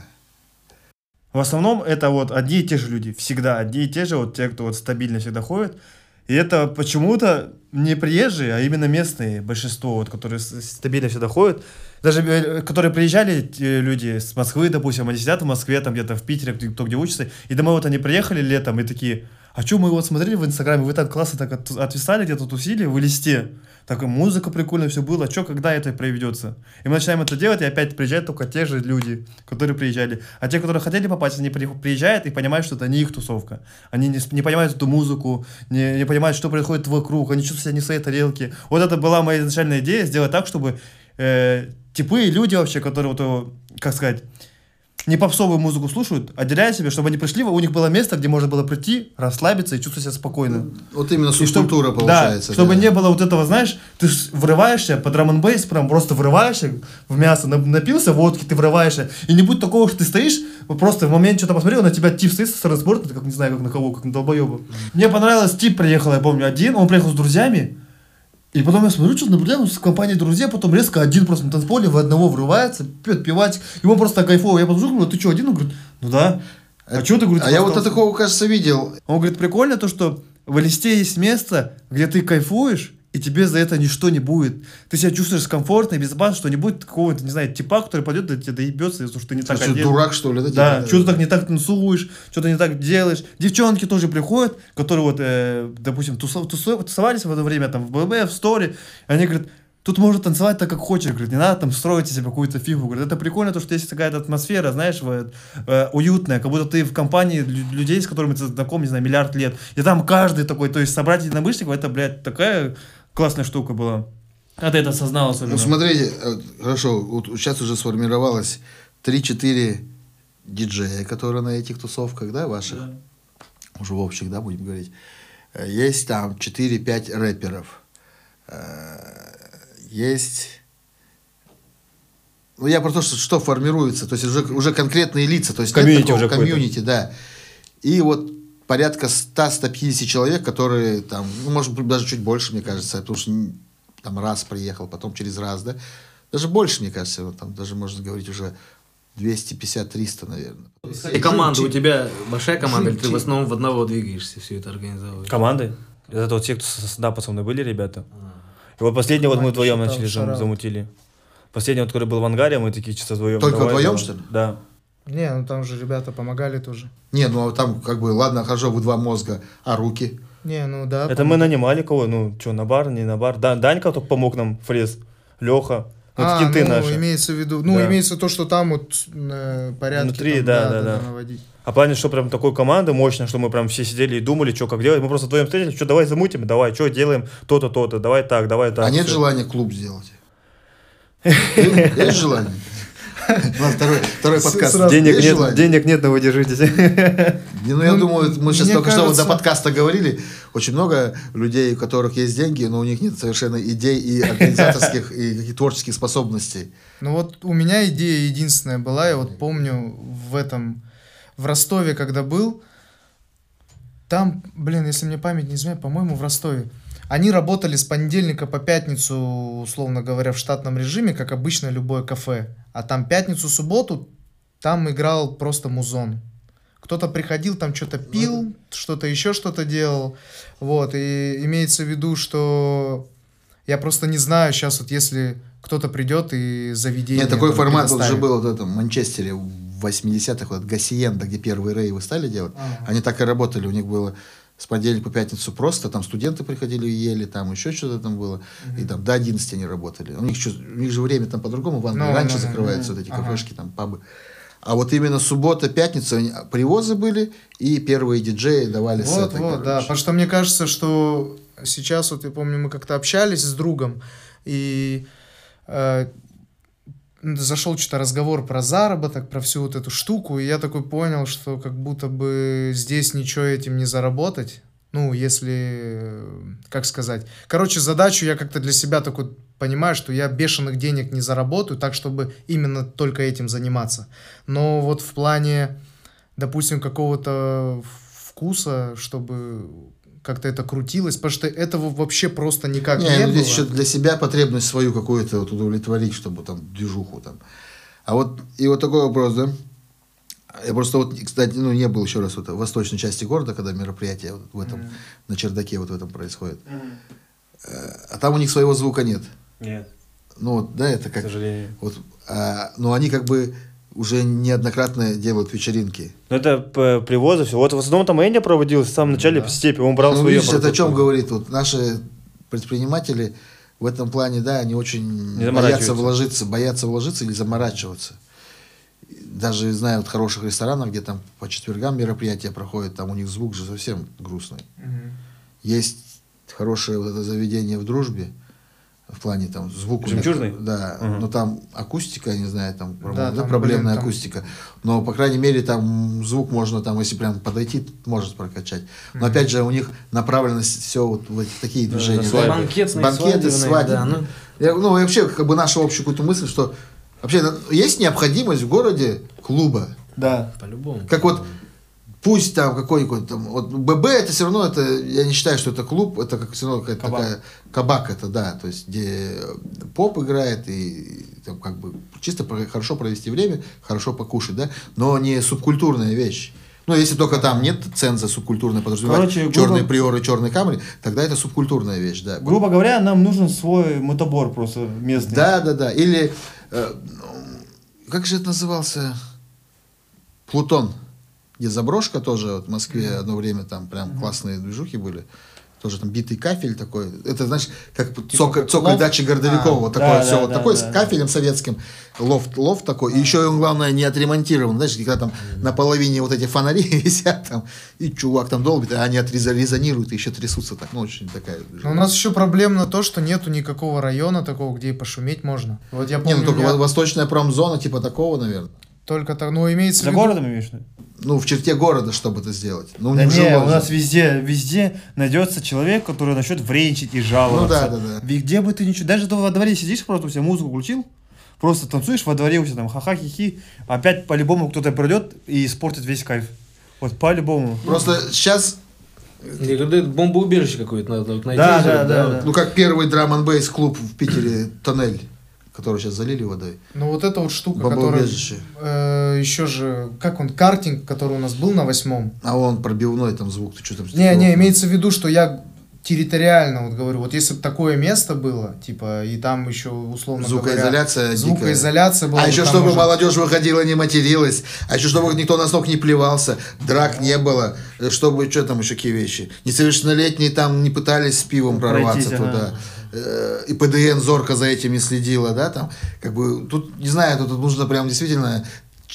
В основном это вот одни и те же люди, всегда одни и те же, вот те, кто вот стабильно всегда ходит. И это почему-то не приезжие, а именно местные, большинство, вот, которые стабильно всегда ходят. Даже которые приезжали люди с Москвы, допустим, они сидят в Москве, там где-то в Питере, кто где учится, и домой вот они приехали летом и такие, а что мы вот смотрели в Инстаграме, вы так классно так от, отвисали, где-то тусили в листе, такая музыка прикольная, все было, а что, когда это проведется? И мы начинаем это делать, и опять приезжают только те же люди, которые приезжали. А те, которые хотели попасть, они приезжают и понимают, что это не их тусовка. Они не, не понимают эту музыку, не, не понимают, что происходит вокруг, они чувствуют себя не в своей тарелке. Вот это была моя изначальная идея, сделать так, чтобы э, типы и люди вообще, которые, вот, как сказать, не попсовую музыку слушают, отделяют себя, чтобы они пришли, у них было место, где можно было прийти, расслабиться и чувствовать себя спокойно. Вот именно субкультура чтобы, получается. Да, чтобы да. не было вот этого, знаешь, ты врываешься под драм-н-бейс, прям просто врываешься в мясо, напился водки, ты врываешься, и не будет такого, что ты стоишь, просто в момент что-то посмотрел, на тебя тип стоит со стороны спорта, как не знаю, как на кого, как на долбоеба. Мне понравилось, тип приехал, я помню, один, он приехал с друзьями, И потом я смотрю, что наблюдаю, с компанией друзей, потом резко один просто на танцполе в одного врывается, пьет пивать, и он просто кайфово. Я подхожу, говорю, ты что, один? Он говорит, ну да. А, а что ты, говорит, А я вот такого, кажется, видел. Он говорит, прикольно то, что в Элисте есть место, где ты кайфуешь, и тебе за это ничто не будет. Ты себя чувствуешь комфортно и безопасно, что не будет какого-то, не знаю, типа, который пойдет, да тебе доебется, потому что ты не так одет. Дурак, что ли? Да, да, да, что-то так не так танцуешь, что-то не так делаешь. Девчонки тоже приходят, которые вот, э, допустим, тусов, тусов, тусовались в это время там в ББ, в Стори, они говорят, тут можно танцевать так, как хочешь. Говорит, не надо там строить себе какую-то фигу. Говорит, это прикольно, то, что есть какая-то атмосфера, знаешь, вот, э, уютная, как будто ты в компании людей, с которыми ты знаком, не знаю, миллиард лет. И там каждый такой, то есть собрать единомышленников, это, блядь, такая классная штука была. А ты это осознал особенно. Ну, смотрите, хорошо, вот сейчас уже сформировалось три-четыре диджея, которые на этих тусовках, да, ваших? Да. Уже в общих, да, будем говорить. Есть там четыре-пять рэперов. Есть... Ну, я про то, что, что формируется. То есть уже, уже конкретные лица. То есть комьюнити уже комьюнити, да. И вот порядка сто-сто пятьдесят человек, которые там, ну, может быть, даже чуть больше, мне кажется, потому что там раз приехал, потом через раз, да. Даже больше, мне кажется, там даже можно говорить уже двести пятьдесят - триста, наверное. И команда у тебя большая команда, или ты в основном в одного двигаешься, все это организовываешь? Команды? Это вот те, кто с ДАПа со мной были, ребята. И вот последний вот мы вдвоем начали, замутили. Последний, вот, который был в ангаре, мы такие чисто вдвоем. Только вдвоем, что ли? Да. Не, ну там же ребята помогали тоже. Не, ну там как бы, ладно, хорошо, вы два мозга, а руки? Не, ну да. Это мы нанимали кого? Ну, что, на бар, не на бар. Да, Данька только помог нам, фрез. Леха. Вот а, кенты ну, наши. имеется в виду, ну, да. имеется то, что там вот э, порядки. Внутри, там, да, да, да, да. наводить. А в плане, что прям такой команды мощной, что мы прям все сидели и думали, что как делать. Мы просто вдвоем встретились, что давай замутим, давай, что делаем, то-то, то-то, давай так, давай так. А нет все. желания клуб сделать? Есть желание? Второй, второй подкаст. Денег нет, денег нет, но вы держитесь. Ну, я думаю, мы сейчас только что до подкаста говорили. Очень много людей, у которых есть деньги, но у них нет совершенно идей и организаторских, и творческих способностей. Ну вот у меня идея единственная была, я вот помню в этом, в Ростове, когда был, там, блин, если мне память не изменяет, по-моему, в Ростове, они работали с понедельника по пятницу, условно говоря, в штатном режиме, как обычно любое кафе. А там пятницу, субботу, там играл просто музон. Кто-то приходил, там что-то пил, что-то еще что-то делал. Вот, и имеется в виду, что я просто не знаю сейчас, вот если кто-то придет и заведение... Нет, такой формат вот уже был вот в этом Манчестере в восьмидесятых, вот Гассиенда, где первые рейвы стали делать. Ага. Они так и работали, у них было... С понедельника по пятницу просто, там студенты приходили и ели, там еще что-то там было, mm-hmm. и там до одиннадцати они работали. У них, что, у них же время там по-другому, в Англии no, раньше no, no, закрываются no, no. вот эти ага. кафешки, там, пабы. А вот именно суббота, пятница, привозы были, и первые диджеи давали вот, сеты. Вот, да, потому что мне кажется, что сейчас, вот я помню, мы как-то общались с другом, и... Э, зашел что-то разговор про заработок, про всю вот эту штуку, и я такой понял, что как будто бы здесь ничего этим не заработать. Ну, если, как сказать. Короче, задачу я как-то для себя такой понимаю, что я бешеных денег не заработаю, так, чтобы именно только этим заниматься. Но вот в плане, допустим, какого-то вкуса, чтобы... как-то это крутилось, потому что этого вообще просто никак не, не было. Здесь еще для себя потребность свою какую-то вот удовлетворить, чтобы там движуху там. А вот, и вот такой вопрос, да. Я просто вот, кстати, ну, не был еще раз вот в восточной части города, когда мероприятие вот в этом, mm-hmm. на чердаке вот в этом происходит. Mm-hmm. А там у них своего звука нет. Нет. Ну вот, да, это как... К сожалению. Вот, а, но они как бы... уже неоднократно делают вечеринки. Ну, это привозы, все. Вот в основном там Эня проводилась в самом начале да. в степи, он брал ну, свое. Видишь, это о чем говорит? Вот наши предприниматели в этом плане, да, они очень боятся вложиться, боятся вложиться или заморачиваться. Даже знаю вот хороших ресторанов, где там по четвергам мероприятия проходят, там у них звук же совсем грустный. Угу. Есть хорошее вот это заведение в Дружбе, в плане там звук. Жемчужный? Да, uh-huh. но там акустика, я не знаю, там, да, да, там проблемная блин, акустика. Там... Но, по крайней мере, там звук можно, там, если прям подойти, может прокачать. Но, uh-huh. опять же, у них направленность все вот в эти такие движения. Да, да. Банкетные, банкеты, свадьбы. Да, ну... Я, ну, вообще, как бы наша общая какую-то мысль, что вообще есть необходимость в городе клуба. Да. По-любому. Как вот Пусть там какой-нибудь там, вот ББ это все равно, это, я не считаю, что это клуб, это как все равно какая-то Кабак. такая, кабак это, да, то есть где поп играет и, и там как бы чисто про, хорошо провести время, хорошо покушать, да, но не субкультурная вещь. Ну, если только там нет ценза субкультурная, подразумевает Короче, черные грубо- приоры, черные камни, тогда это субкультурная вещь, да. Грубо говоря, нам нужен свой мотобор просто местный. Да, да, да. Или э, как же это назывался? Плутон. Где заброшка тоже вот в Москве mm-hmm. одно время там прям mm-hmm. классные движухи были. Тоже там битый кафель такой. Это, знаешь, как типа цоколь, как цоколь дачи Гордовикова. А, вот такое да, все. Да, вот да, такой да, с кафелем да. советским. Лофт, лофт такой. А. И еще он, главное, не отремонтирован. Знаешь, когда там mm-hmm. на половине вот эти фонари висят там, и чувак там долбит, а они отрезонируют и еще трясутся так. Ну, очень такая... Но у нас еще проблема то, что нету никакого района такого, где и пошуметь можно. Вот я помню, не, ну только меня... восточная промзона типа такого, наверное. Только так, ну, имеется За в виду... городом имеешь в виду? Ну, в черте города, чтобы это сделать. Ну, да не, не, у нас везде, везде найдется человек, который начнет вренчить и жаловаться. Ну да, да, да. Где бы ты ничего, даже ты во дворе сидишь, просто у тебя музыку включил, просто танцуешь во дворе, у тебя там ха-ха, хихи, опять по-любому кто-то придет и испортит весь кайф. Вот по-любому. Просто сейчас... Я говорю, это бомбоубежище какое-то надо найти. Да, да, да, да. Ну, как первый драм-н-бейс клуб в Питере «Тоннель», который сейчас залили водой. Ну, вот эта вот штука, которая... Э, еще же... Как он? Картинг, который у нас был на восьмом. А он пробивной там звук. Ты что там... Не, не, имеется в виду, что я территориально вот говорю, вот если бы такое место было, типа, и там еще, условно звукоизоляция говоря... Звукоизоляция была. А еще чтобы уже... молодежь выходила, не материлась. А еще чтобы никто на ног не плевался. Драк не было. Чтобы... Что там еще какие вещи? Несовершеннолетние там не пытались с пивом прорваться Пройтись, туда. Ага. И ПДН зорко за этим не следила, да, там, как бы, тут, не знаю, тут нужно прям действительно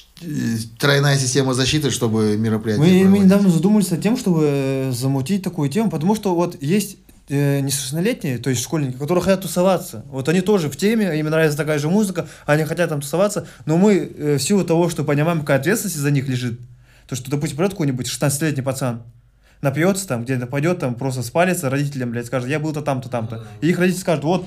тройная система защиты, чтобы мероприятие Мы, проводить. мы недавно задумались над тем, чтобы замутить такую тему, потому что вот есть э, несовершеннолетние, то есть школьники, которые хотят тусоваться, вот они тоже в теме, им нравится такая же музыка, они хотят там тусоваться, но мы э, в силу того, что понимаем, какая ответственность за них лежит, то, что, допустим, придет какой-нибудь шестнадцатилетний пацан, напьется там, где-то пойдет, там просто спалится, родителям, блядь, скажет, я был-то там-то, там-то. И их родители скажут, вот,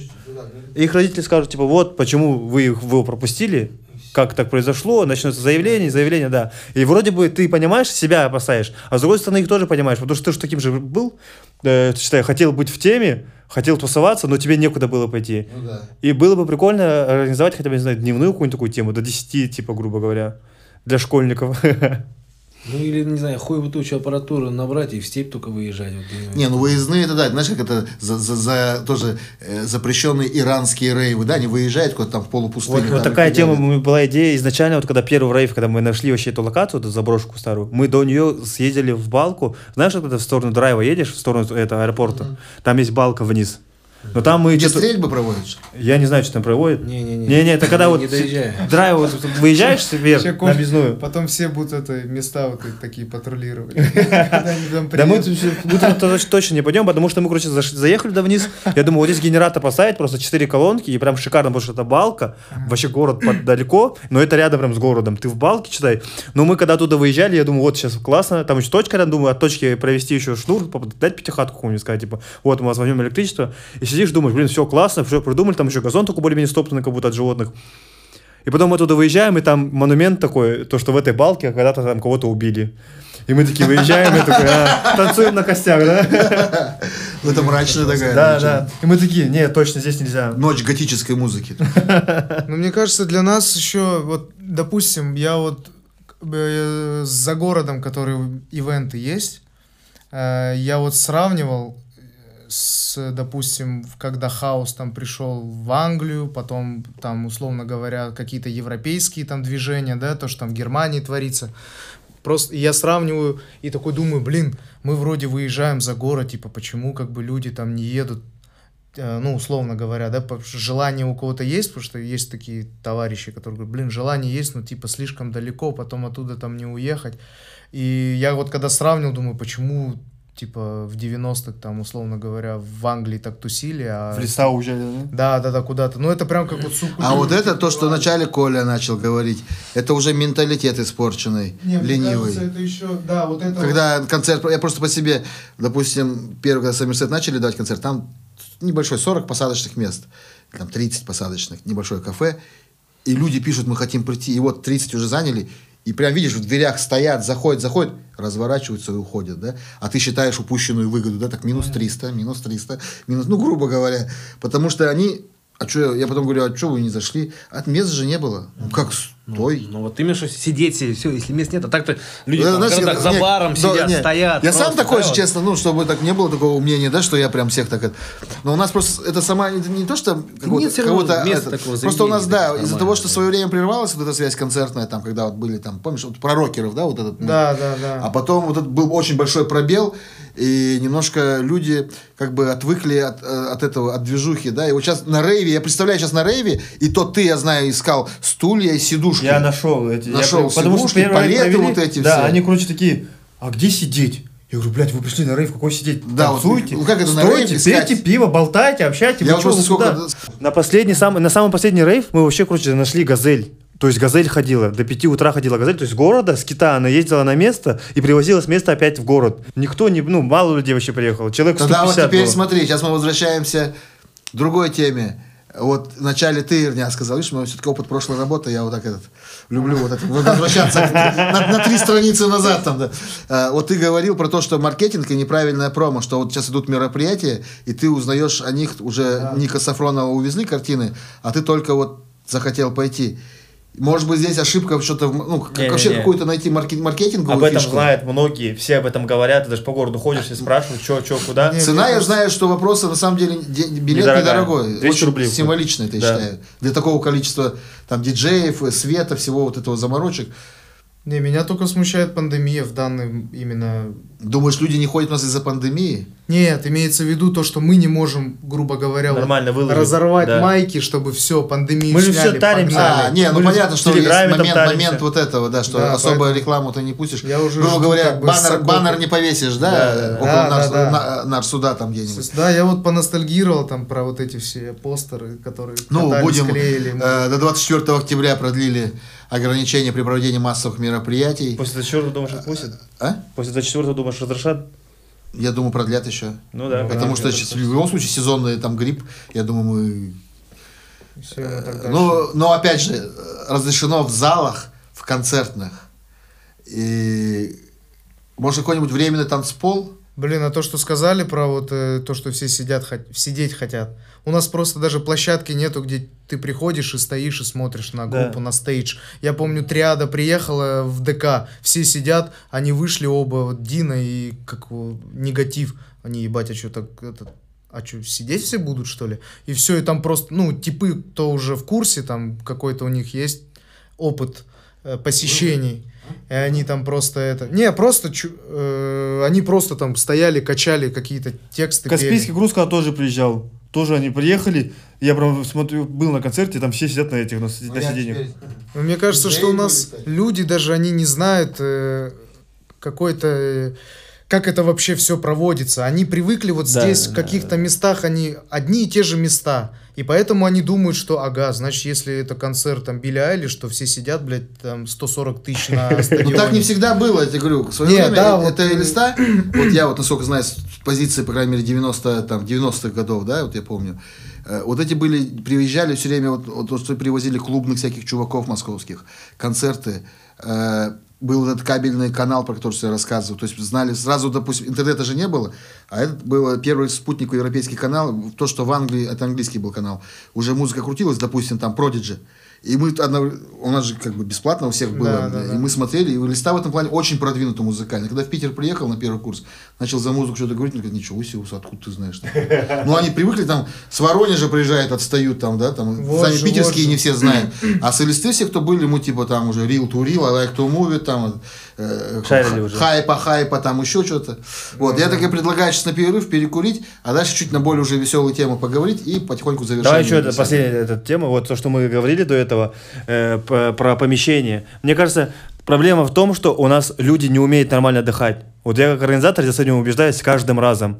их родители скажут, типа, вот, почему вы его пропустили, как так произошло, начнется заявление, заявление, да. И вроде бы ты понимаешь, себя опасаешь, а с другой стороны их тоже понимаешь, потому что ты же таким же был, э, считай, хотел быть в теме, хотел тусоваться, но тебе некуда было пойти. Ну, да. И было бы прикольно организовать хотя бы, не знаю, дневную какую-нибудь такую тему, до десяти, типа, грубо говоря, для школьников. Ну или, не знаю, хуевую тучу аппаратуры набрать и в степь только выезжать. Вот, не, ну выездные, это да, знаешь, как это за, за, за тоже э, запрещенные иранские рейвы, да, они выезжают куда-то там в полупустыне. Вот, вот такая тема была идея изначально, вот когда первый рейв, когда мы нашли вообще эту локацию, эту заброшку старую, мы до нее съездили в балку, знаешь, когда в сторону драйва едешь, в сторону этого аэропорта, mm-hmm. там есть балка вниз. Но там мы где стрельбы проводишь? Я не знаю, что там проводят. Не-не-не. Не-не, это когда вот драйв, вот выезжаешь вверх на объездную. Потом все будут это места вот такие патрулировать. Да мы точно не пойдем, потому что мы, короче, заехали туда вниз. Я думаю, вот здесь генератор поставить, просто четыре колонки, и прям шикарно, потому что это балка. Вообще город далеко, но это рядом прям с городом. Ты в балке, читай. Но мы когда туда выезжали, я думаю, вот сейчас классно. Там еще точка рядом, думаю, от точки провести еще шнур, дать пятихатку какую-нибудь, сказать, типа, вот мы вас возьмем электричество. И сидишь, думаешь, блин, все классно, все придумали, там еще газон такой более-менее стоптанный, как будто от животных. И потом мы туда выезжаем, и там монумент такой, то, что в этой балке когда-то там кого-то убили. И мы такие выезжаем, и такой, а, танцуем на костях, да? Это мрачная такая. Да, да. И мы такие, нет, точно здесь нельзя. Ночь готической музыки. Ну, мне кажется, для нас еще, вот, допустим, я вот за городом, который ивенты есть, я вот сравнивал с, допустим, когда хаус там пришел в Англию, потом там, условно говоря, какие-то европейские там движения, да, то, что там в Германии творится. Просто я сравниваю и такой думаю, блин, мы вроде выезжаем за город, типа, почему как бы люди там не едут, э, ну, условно говоря, да, желание у кого-то есть, потому что есть такие товарищи, которые говорят, блин, желание есть, но типа слишком далеко, потом оттуда там не уехать. И я вот когда сравнил, думаю, почему... Типа в девяностых, там, условно говоря, в Англии так тусили, а... В леса уезжали, да? Да, да, да, куда-то. Ну, это прям как вот субкультура. А вот это то, что вначале Коля начал говорить, это уже менталитет испорченный, не, ленивый. Мне кажется, это еще, да, вот это... Когда концерт, я просто по себе, допустим, первый, когда Сомерсет начали давать концерт, там небольшой, сорок посадочных мест, там тридцать посадочных, небольшое кафе, и люди пишут, мы хотим прийти, и вот тридцать уже заняли, и прям видишь, в дверях стоят, заходят, заходят, разворачиваются и уходят, да? А ты считаешь упущенную выгоду, да, так минус триста, минус триста, минус, ну, грубо говоря. Потому что они... А что, я потом говорю, а что вы не зашли? А места же не было. Ну, как стой? Ну, ну вот именно что сидеть, сидеть, все, если мест нет, а так-то люди Да, там, знаешь, городах за не, баром да, сидят, не, стоят. Я сам такой да, же, вот. честно, ну, чтобы так не было такого мнения, да, что я прям всех так... это- Но у нас просто, это сама, это не то, что какого-то... нет всё равно кого-то места это- такого просто у нас, заведения, да, таких из-за того, нормальных, что в да. свое время прервалась вот эта связь концертная, там, когда вот были, там, помнишь, вот про рокеров, да, вот этот... ну, Да, да, да. А потом вот этот был очень большой пробел, и немножко люди как бы отвыкли от, э, от этого, от движухи, да, и вот сейчас на рейве, я представляю, сейчас на рейве, и то ты, я знаю, искал стулья и сидушки. Я нашел эти. я Нашел прям- потому что сидушки, первый рейв палеты провели, вот эти да, все. они, короче, такие, а где сидеть? Я говорю, блядь, вы пришли на рейв, какой сидеть? Да, вот, Танцуйте, ну, как это на стойте, рейв искать? пейте пиво, болтайте, общайтесь. Я вы вот чё, просто вы сколько... куда? На последний, самый, на самый последний рейв мы вообще, короче, нашли «Газель». То есть «Газель» ходила, до пяти утра ходила «Газель», то есть с города, с Китая она ездила на место и привозила с места опять в город. Никто не, ну, мало людей вообще приехало, человек сто Тогда вот пятьдесят теперь было. смотри, сейчас мы возвращаемся к другой теме. Вот вначале ты, Ирня, сказал, видишь, мы все-таки опыт прошлой работы, я вот так этот, люблю вот это, возвращаться на, на три страницы назад. Там, да. А, вот ты говорил про то, что маркетинг и неправильная промо, что вот сейчас идут мероприятия, и ты узнаешь о них, уже да. Ника Сафронова увезли картины, а ты только вот захотел пойти. Может быть, здесь ошибка что-то, ну, как, Не, вообще не, не. какую-то найти маркет, маркетинговую Об этом фишку. знают многие, все об этом говорят, ты даже по городу ходишь и спрашиваешь, что, что, куда. Не, Цена, мне я кажется, знаю, что вопросы, на самом деле, де- билет Недорогая. недорогой. двести Очень рублей. символично это, я Да. считаю. Для такого количества там диджеев, света, всего вот этого заморочек. Не, меня только смущает пандемия в данном именно... Думаешь, люди не ходят у нас из-за пандемии? Нет, имеется в виду то, что мы не можем, грубо говоря, Нормально вот выложить, разорвать да. майки, чтобы все, пандемию Мы же сняли, всё таримся. погнали. А, не, ну Мы же понятно, в что есть Телеграме там момент, таримся. момент вот этого, да, что Да, особую поэтому рекламу ты не пустишь. я уже Грубо жду, говоря, как бы, с баннер, окопа. баннер не повесишь, да, Да, да, да. около Да, нар- да, да. на- нарсуда там То где-нибудь. есть, да, я вот поностальгировал там про вот эти все постеры, которые Ну, катались, будем клеили. э, до двадцать четвёртого октября продлили ограничения при проведении массовых мероприятий. После двадцать четвёртого думаешь, отпустят? А? После двадцать четвёртого думаешь, разрешат? Я думаю, продлят еще. Ну да. Потому да, что да, сейчас да. в любом случае сезонный там грипп, я думаю, мы... Всё, мы так дальше. Ну, но опять же, разрешено в залах, в концертных. И может какой-нибудь временный танцпол? Блин, а то, что сказали про вот э, то, что все сидят, хот- сидеть хотят. У нас просто даже площадки нету, где ты приходишь и стоишь и смотришь на Да. группу, на стейдж. Я помню, триада приехала в ДК, все сидят, они вышли оба, вот Дина и как его, Негатив. Они, ебать, а что так, этот, а что, сидеть все будут, что ли? И все, и там просто, ну, типы, кто уже в курсе, там какой-то у них есть опыт э, посещений. И они там просто это... Не, просто... чу- э, они просто там стояли, качали какие-то тексты. Каспийский пели. груз, когда тоже приезжал, тоже они приехали, я прям смотрю, был на концерте, там все сидят на этих, на, си- на сиденьях. Но мне кажется, Диджеи что у были, нас кстати. люди даже, они не знают э, какой-то... э, как это вообще все проводится. Они привыкли вот Да, здесь, да, в каких-то местах, они одни и те же места. И поэтому они думают, что, ага, значит, если это концерт там Билли Айлиш, что все сидят, блядь, там сто сорок тысяч на стадионе. Ну так не всегда было, я тебе говорю. В свое Не, время да, э- вот, это э, листа, вот я вот, насколько знаю, с позиции, по крайней мере, девяностых, там, девяностых годов, да, вот я помню, э, вот эти были, приезжали все время, вот, вот то, что привозили клубных всяких чуваков московских, концерты, э, был этот кабельный канал, про который я рассказывал, то есть знали, сразу, допустим, интернета же не было, а это был первый спутниковый европейский канал, то, что в Англии, это английский был канал, уже музыка крутилась, допустим, там, Prodigy, и мы, одно- у нас же как бы бесплатно у всех было, Да, да, и да. мы смотрели, и у Листа в этом плане очень продвинутый музыкально. Когда в Питер приехал на первый курс, начал за музыку что-то говорить, он говорит, ничего себе, Уса, откуда ты знаешь? Ну, они привыкли, там, с Воронежа приезжают, отстают, там, да, там, Вот сами же, питерские вот же. не все знают. А с Листы все, кто были, мы, типа, там, уже real to real, I like to move it, там, э, Шарили х- уже. хайпа, хайпа, там, еще что-то. Вот, я так и предлагаю сейчас на перерыв перекурить, а дальше чуть на более уже веселые темы поговорить и потихоньку завершать. Давай еще это, последняя эта тема, вот то, что мы говорили до этого, э, п- про помещение. Мне кажется, проблема в том, что у нас люди не умеют нормально отдыхать. Вот я как организатор за этим убеждаюсь с каждым разом.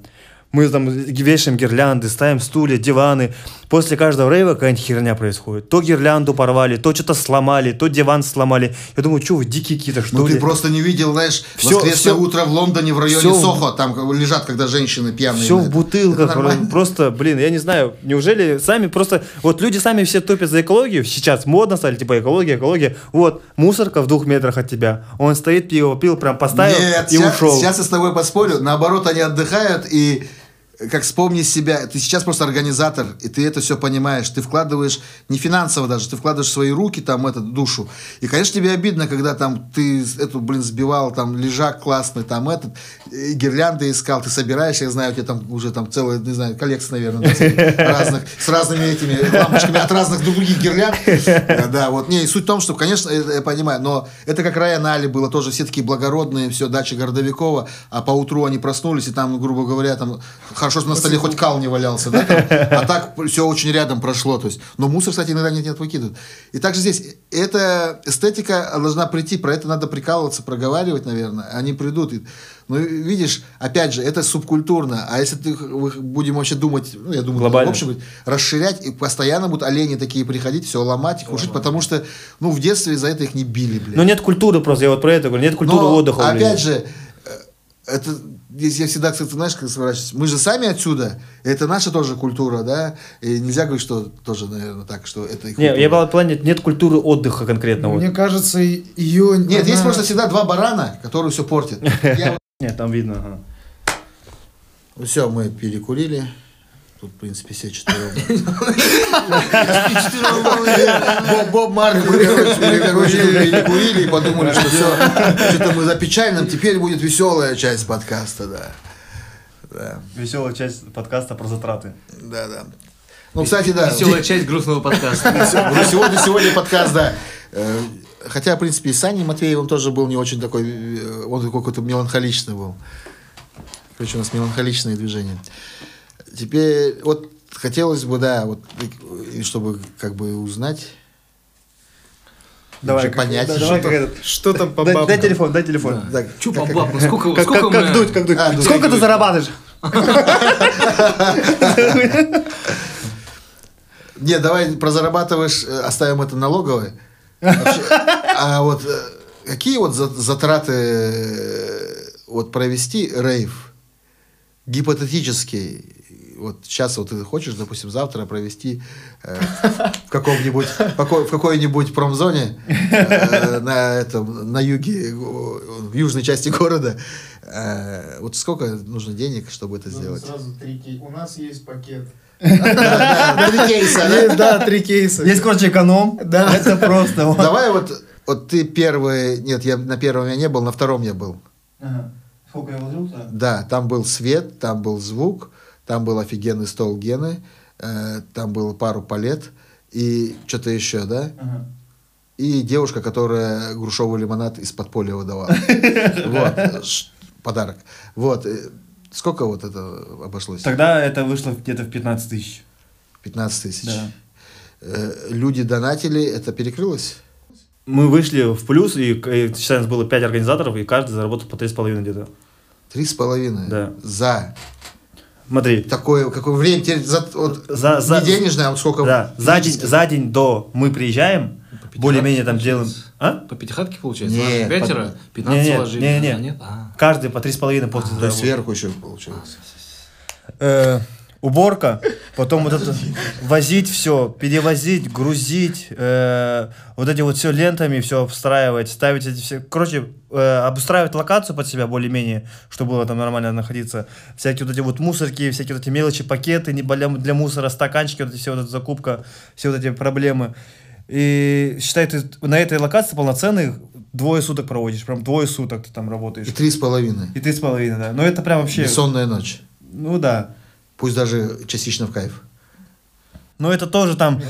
Мы там вешаем гирлянды, ставим стулья, диваны. После каждого рейва какая-нибудь херня происходит. То гирлянду порвали, то что-то сломали, то диван сломали. Я думаю, что вы дикие какие-то, что Ну ли? ты просто не видел, знаешь, Всё- воскресное всё- утро в Лондоне в районе всё в- Сохо, там лежат, когда женщины пьяные. Все в Это бутылках, нормально. просто, блин, я не знаю, неужели сами просто, вот люди сами все топят за экологию, сейчас модно стали, типа экология, экология, вот, мусорка в двух метрах от тебя, он стоит, пиво пил, прям поставил Нет, и сейчас, ушел. сейчас я с тобой поспорю, наоборот, они отдыхают и как вспомни себя, ты сейчас просто организатор, и ты это все понимаешь, ты вкладываешь, не финансово даже, ты вкладываешь в свои руки, там, эту душу, и, конечно, тебе обидно, когда там ты эту, блин, сбивал, там, лежак классный, там, этот, и гирлянды искал, ты собираешь, я знаю, у тебя там уже там целая, не знаю, коллекция, наверное, да, разных, с разными этими лампочками от разных других гирлянд, да, вот, не, и суть в том, что, конечно, это я понимаю, но это как Райан Али было, тоже все такие благородные, все, дача Городовикова, а поутру они проснулись, и там, грубо говоря, там, хорошо, что на столе хоть кал не валялся, да, там, а так все очень рядом прошло, то есть, но мусор, кстати, иногда нет, нет выкидывают. И также здесь, эта эстетика должна прийти, про это надо прикалываться, проговаривать, наверное, они придут. И, ну, видишь, опять же, это субкультурно, а если ты, будем вообще думать, ну, я думаю, глобально, в общем, расширять, и постоянно будут олени такие приходить, все ломать, их ушить, потому что, ну, в детстве за это их не били, блядь. Ну нет культуры просто, я вот про это говорю, нет культуры Но, отдыха. опять блин. же, это, здесь я всегда, кстати, знаешь, как сворачиваюсь, мы же сами отсюда, это наша тоже культура, да, и нельзя говорить, что тоже, наверное, так, что это их Не, культура. я в плане, нет культуры отдыха конкретно. вот. Мне кажется, ее... Нет, есть просто всегда два барана, которые все портят. Я... Нет, там видно, ага. Ну, все, мы перекурили. Тут, в принципе, все четвером. Боб Марли, мы, короче, перекурили и подумали, что все, что-то мы за печальным, теперь будет веселая часть подкаста, да. Да, Веселая часть подкаста про затраты. да, да. Ну, кстати, да. Веселая часть грустного подкаста. Ну, сегодня, сегодня подкаст, да. Э, Хотя, в принципе, и Саня Матвеевым тоже был не очень такой, э, он какой-то меланхоличный был. Короче, у нас меланхоличные движения. Теперь, вот, хотелось бы, да, вот, и чтобы, как бы, узнать, Давай, уже понять. да, давай, как этот. Что там по Дай, бабкам? дай телефон, дай телефон. Так, Чё как- по бабам? Сколько, Как, сколько как, как мы- дуть, как дуть. А, дуть. Сколько ты зарабатываешь? Нет, давай про зарабатываешь, э, оставим это налоговой. Вообще, а вот э, какие вот за- затраты э, вот провести рейв гипотетически? Вот сейчас вот ты хочешь, допустим, завтра провести э, в каком-нибудь в какой- в какой-нибудь промзоне э, на этом на юге, в южной части города. Э, вот сколько нужно денег, чтобы это сделать? Сразу три кейса. У нас есть пакет. Да, да, три кейса, да? Есть, да, три кейса. Есть, короче, эконом. Да. Это просто. вот. Давай вот, вот ты первый... Нет, я на первом я не был, на втором я был. Ага. Сколько я вложил-то? Да, там был свет, там был звук, там был офигенный стол Гены, э, там было пару палет и что-то еще, да? Ага. И девушка, которая грушевый лимонад из подполья выдавала. Вот, ш- подарок. Вот, э, сколько вот это обошлось? Тогда это вышло где-то в пятнадцать тысяч. пятнадцать тысяч. Да. Э, Люди донатили, это перекрылось? Мы вышли в плюс, и, и считай, у нас было пять организаторов, и каждый заработал по три с половиной где-то. Три с половиной? Да. За Смотри. такое, какое время, теперь за, вот, За- не за- денежное, а вот сколько... Да, за день, физически? за день до мы приезжаем, По более-менее там пятихатке делаем... получается? А? По пятихатке получается? Нет, Нас пятеро, по- пятнадцать Не-не, вложили. не-не. А, нет? А. Каждый по три с половиной после То есть заработал. сверху еще получилось. Э, уборка, потом вот это возить все, перевозить, грузить, э, вот эти вот все лентами, все обстраивать, ставить эти все, короче, э, обустраивать локацию под себя более-менее, чтобы было там нормально находиться, всякие вот эти вот мусорки, всякие вот эти мелочи, пакеты не для, для мусора, стаканчики, вот эти все вот эта закупка, все вот эти проблемы. И считай, ты на этой локации полноценных двое суток проводишь, прям двое суток ты там работаешь. И три с половиной. И три с половиной, да. Но это прям вообще... Бессонная ночь. Ну да. Пусть даже частично в кайф. Но это тоже там...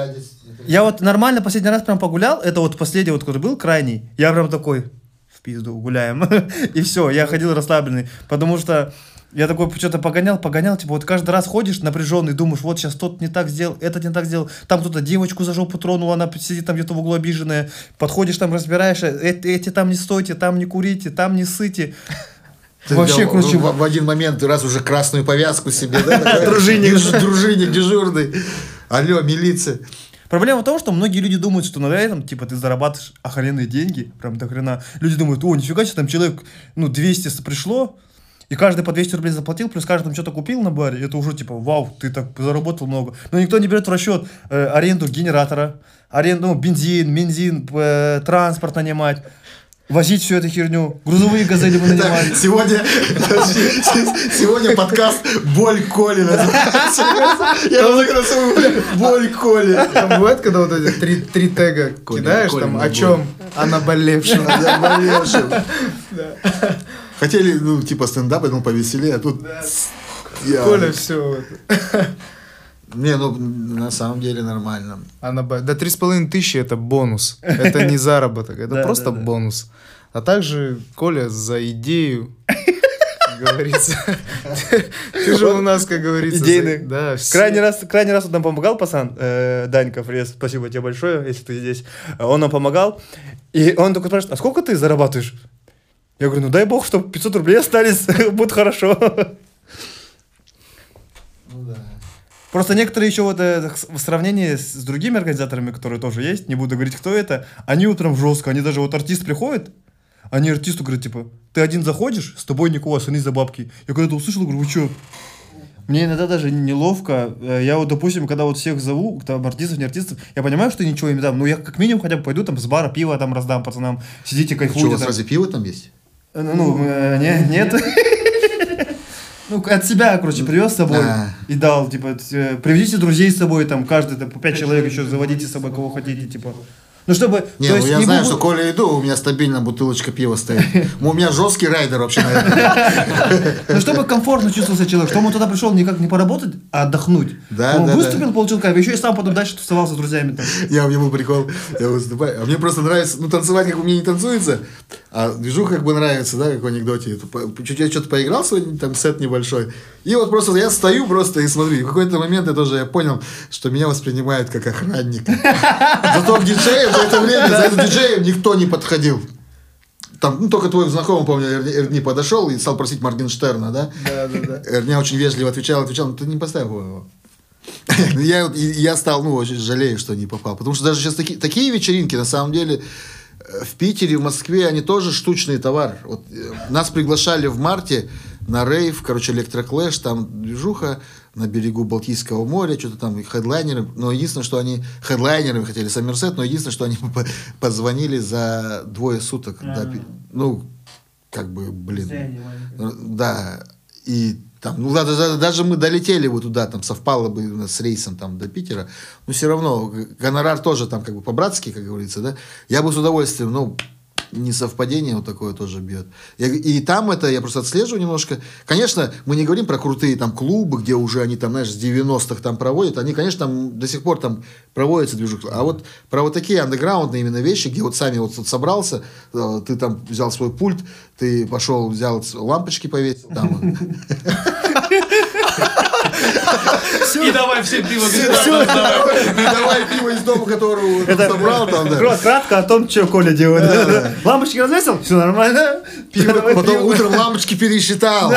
Я вот нормально последний раз прям погулял, это вот последний вот, который был, крайний, я прям такой, в пизду, гуляем. И все, я ходил расслабленный, потому что я такой что-то погонял, погонял, типа вот каждый раз ходишь напряженный, думаешь, вот сейчас тот не так сделал, этот не так сделал, там кто-то девочку за жопу тронул, она сидит там где-то в углу обиженная, подходишь там, разбираешься, эти, эти там не стойте, там не курите, там не ссыте. Ты Вообще, в, короче, в, в один момент раз уже красную повязку себе, да? Дружинник. Дружинник дежурный. Алло, милиция. Проблема в том, что многие люди думают, что на этом, типа, ты зарабатываешь охрененные деньги, прям до хрена. Люди думают, о, нифига себе, там человек, ну, двести пришло, и каждый по двести рублей заплатил, плюс каждый там что-то купил на баре, это уже, типа, вау, ты так заработал много. Но никто не берет в расчет э, аренду генератора, аренду, ну, бензин, бензин, э, транспорт нанимать. Возить всю эту херню. Грузовые газели мы нанимали. Сегодня, сегодня подкаст «Боль Коли» называется. Я называю «Боль Коли». Там бывает, когда вот эти три, три тега Коля, кидаешь, Коля, там, на о боль. чем? О наболевшем. Я болевшим. Хотели, ну, типа стендап, я думал, повеселее, а тут... я- Коля, все. Не, ну, на самом деле нормально. Да три с половиной тысячи это бонус. Это не заработок, это Да, просто да, да. бонус. А также, Коля, за идею, как говорится. Ты же у нас, как говорится. Идейный. за- Да, все. Крайний раз, крайний раз он нам помогал, пацан, э, Данька, Фрез, спасибо тебе большое, если ты здесь. Он нам помогал, и он только спрашивает, а сколько ты зарабатываешь? Я говорю, ну дай бог, чтобы пятьсот рублей остались, будет хорошо. Ну да. Просто некоторые еще вот э, в сравнении с другими организаторами, которые тоже есть, не буду говорить, кто это, они вот прям жестко, они даже вот артист приходит, они артисту говорят, типа, ты один заходишь, с тобой никого, остальные за бабки. Я когда это услышал, говорю, вы что? Мне иногда даже неловко. Э, Я вот, допустим, когда вот всех зову, там, артистов, не артистов, я понимаю, что ничего им не дам, но я как минимум хотя бы пойду там с бара пиво там раздам пацанам, сидите, Что, у кайфуйте. вас там. разве пиво там есть? Э, Ну, э, не, нет. Ну, от себя, короче, привез с собой А. и дал, типа, э, привезите друзей с собой, там, каждый, там, по пять человек еще заводите с собой, кого хотите, типа. Ну, чтобы... Не, то ну есть я не знаю, буду- что Коля иду, у меня стабильно бутылочка пива стоит. У меня жесткий райдер вообще, наверное. Ну, чтобы комфортно чувствовался человек, чтобы он туда пришел не как не поработать, а отдохнуть. Да, Он да, выступил, получил кайф, еще и сам потом дальше тусовался с друзьями там. Я, у меня был прикол, я выступаю, а мне просто нравится, ну, танцевать как бы мне не танцуется, а движуха как бы нравится, да, как в анекдоте. По- Чуть я что-то поиграл сегодня, там сет небольшой, и вот просто я стою просто и смотрю, и в какой-то момент я тоже я понял, что меня воспринимают как охранника. Зато к диджеям за это время, за это диджеем никто не подходил. Там, ну, только твой знакомый, помню, Эрни, Эрни подошел и стал просить Моргенштерна, да? Да, да, да. Эрня очень вежливо отвечал, отвечал, ну, ты не поставил его. Я, вот- и я стал, ну, очень жалею, что не попал. Потому что даже сейчас таки, такие вечеринки, на самом деле, э, в Питере, в Москве, они тоже штучный товар. Вот, э, нас приглашали в марте на рейв, короче, электроклэш, там движуха на берегу Балтийского моря, что-то там, и хедлайнеры. Но единственное, что они, хедлайнерами хотели Сомерсет, но единственное, что они по- позвонили за двое суток. до Пи- ну, как бы, блин. Да, и там, ну, ладно, даже, даже мы долетели вот туда, там, совпало бы у нас с рейсом там до Питера, но все равно, гонорар тоже там как бы по-братски, как говорится, да, я бы с удовольствием, ну, несовпадение вот такое тоже бьет. Я- и там это, я просто отслеживаю немножко. Конечно, мы не говорим про крутые там клубы, где уже они там, знаешь, с девяностых там проводят. Они, конечно, там до сих пор там проводятся движухи. А вот про вот такие андеграундные именно вещи, где вот сами вот, вот собрался, э, ты там взял свой пульт, ты пошел, взял лампочки повесил там. И давай все пиво Давай пиво из дома, которого вот собрал там, да. Крот- Кратко о том, что Коля делает. Лампочки развесил, все нормально. Пиво, Давай потом пиво. утром лампочки пересчитал.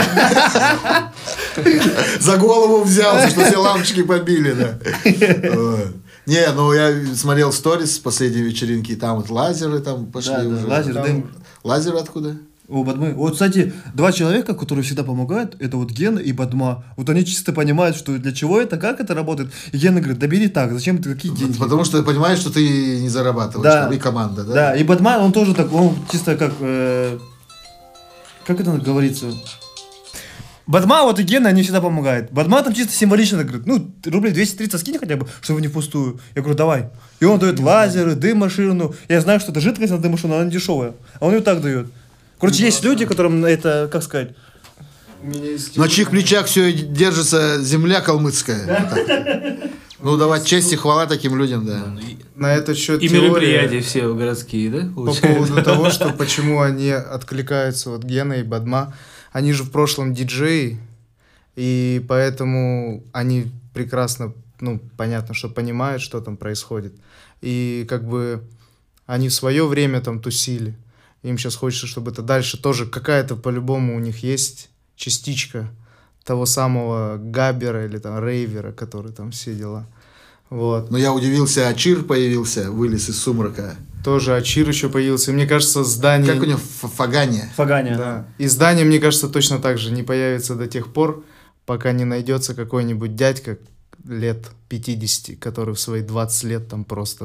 За голову взялся, что все лампочки побили, да. Вот. Не, ну я смотрел сторис с последней вечеринки, и там вот лазеры там пошли Да, да, уже. лазер, Там- дым. Лазеры откуда? О, Бадмы. Вот, кстати, два человека, которые всегда помогают, это вот Гена и Бадма. Вот они чисто понимают, что для чего это, как это работает. И Гена говорит, да бери так, зачем ты какие деньги? Потому что ты понимаешь, что ты не зарабатываешь, Да. там, и команда, да? Да, и Бадма, он тоже так, он чисто как... э, как это говорится? Бадма, вот и Гена, они всегда помогают. Бадма там чисто символично так говорит, ну, рублей двести тридцать скинь хотя бы, чтобы не впустую. Я говорю, давай. И он дает лазеры, дым-машину. Я знаю, что это жидкость на дым-машину, она дешевая. А он ее так дает. Короче, есть люди, которым это, как сказать... На чьих плечах все держится земля калмыцкая. Так. Ну, давать честь и хвала таким людям, да. На этот счет И теория мероприятия все городские, да? по получается? поводу того, что почему они откликаются, вот Гена и Бадма, они же в прошлом диджеи, и поэтому они прекрасно, ну, понятно, что понимают, что там происходит. И как бы они в свое время там тусили. Им сейчас хочется, чтобы это дальше тоже какая-то по-любому у них есть частичка того самого габбера или там рейвера, который там все дела. Вот. Но я удивился, Ачир появился, вылез из сумрака. Тоже Ачир еще появился. И мне кажется, здание... Как у него Фагания? Фагания. Да. И здание, мне кажется, точно так же не появится до тех пор, пока не найдется какой-нибудь дядька лет пятидесяти, который в свои двадцать лет там просто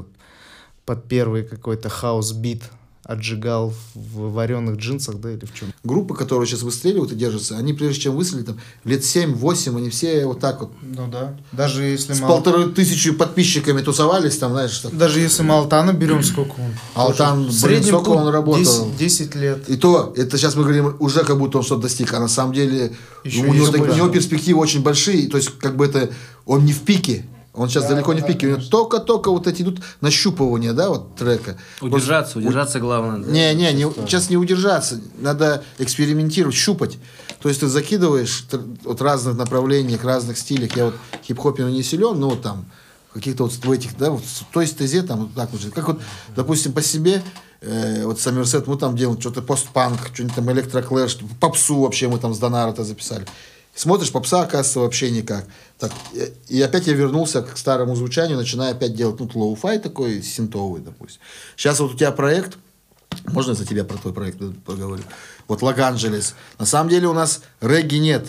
под первый какой-то хаус-бит отжигал в вареных джинсах, да, или в чем? Группы, которые сейчас выстреливают и держатся, они прежде чем выстрелить, там, лет семь-восемь, они все вот так вот. Ну да. Даже если с мало... полторы тысячи подписчиками тусовались, там, знаешь, что... Даже если мы Алтана берем, сколько он? Алтан, в блин, среднем сколько он работал. десять, десять лет. И то, это сейчас мы говорим уже как будто он что-то достиг, а на самом деле Еще у, него, есть так- у больше. него перспективы очень большие, то есть как бы это, он не в пике. Он сейчас Да, далеко не в да, пике. У него конечно. только-только вот эти идут нащупывания, да, вот трека. Удержаться, Вот, удержаться главное. да. Не, не, не, сейчас не удержаться. Надо экспериментировать, щупать. То есть ты закидываешь тр- от разных направлениях, разных стилях. Я вот в хип-хопе не силен, но вот там каких-то вот в этих, да, вот в той стезе там вот так вот же. Как вот, допустим, по себе, э, вот Сомерсет, мы там делаем что-то постпанк, что-нибудь там электроклэш, попсу вообще мы там с Донара-то записали. Смотришь, попса, оказывается, вообще никак. Так, и, и опять я вернулся к старому звучанию, начинаю опять делать, ну, лоу-фай такой, синтовый, допустим. Сейчас вот у тебя проект, можно я за тебя про твой проект поговорю? Вот Лос-Анджелес. На самом деле у нас регги нет.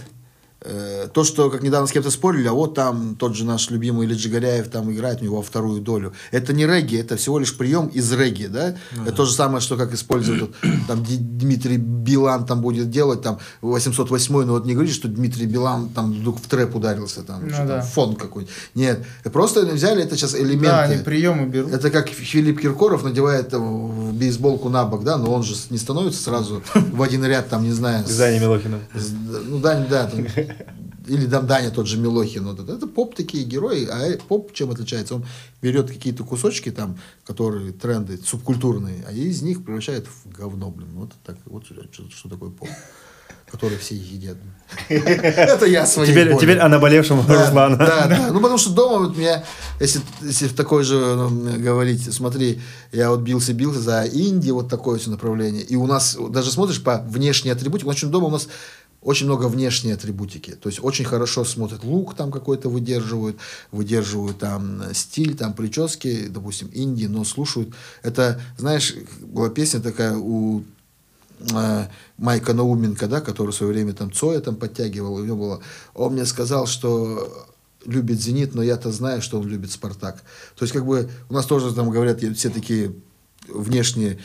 Э, то, что, как недавно с кем-то спорили, а вот там тот же наш любимый Илья Джигаряев там играет у него во вторую долю. Это не регги, это всего лишь прием из регги, да? Uh-huh. Это то же самое, что как использует вот, там Д- Дмитрий Билан там будет делать, там восемьсот восьмой, но вот не говорит, что Дмитрий Билан там вдруг в трэп ударился, там, Ну, что да. там фон какой-то. Нет, просто взяли это сейчас элементы. Да, они приемы берут. Это как Филипп Киркоров надевает там, бейсболку на бок, да, но он же не становится сразу в один ряд, там, не знаю. С Даней Милохиным. С- Ну, Даня, да, там, или там Даня тот же Милохин. Вот это, это поп такие герои, а поп чем отличается? Он берет какие-то кусочки там, которые тренды субкультурные, а из них превращает в говно, блин. Вот так, вот что, что такое поп, который все едят. Это я своей Теперь, болью. теперь о наболевшем Да, Руслана. да, да. Ну, потому что дома вот меня, если, если в такой же ну, говорить, смотри, я вот бился-бился за Индию, вот такое все направление. И у нас, даже смотришь по внешней атрибутике, в общем, дома у нас очень много внешней атрибутики. То есть очень хорошо смотрят лук там какой-то выдерживают, выдерживают там стиль, там прически, допустим, Индии, но слушают. Это, знаешь, была песня такая у э, Майка Науменко, да, который в свое время там Цоя там подтягивал, у него было, он мне сказал, что любит «Зенит», но я-то знаю, что он любит «Спартак». То есть, как бы, у нас тоже там говорят, все такие внешне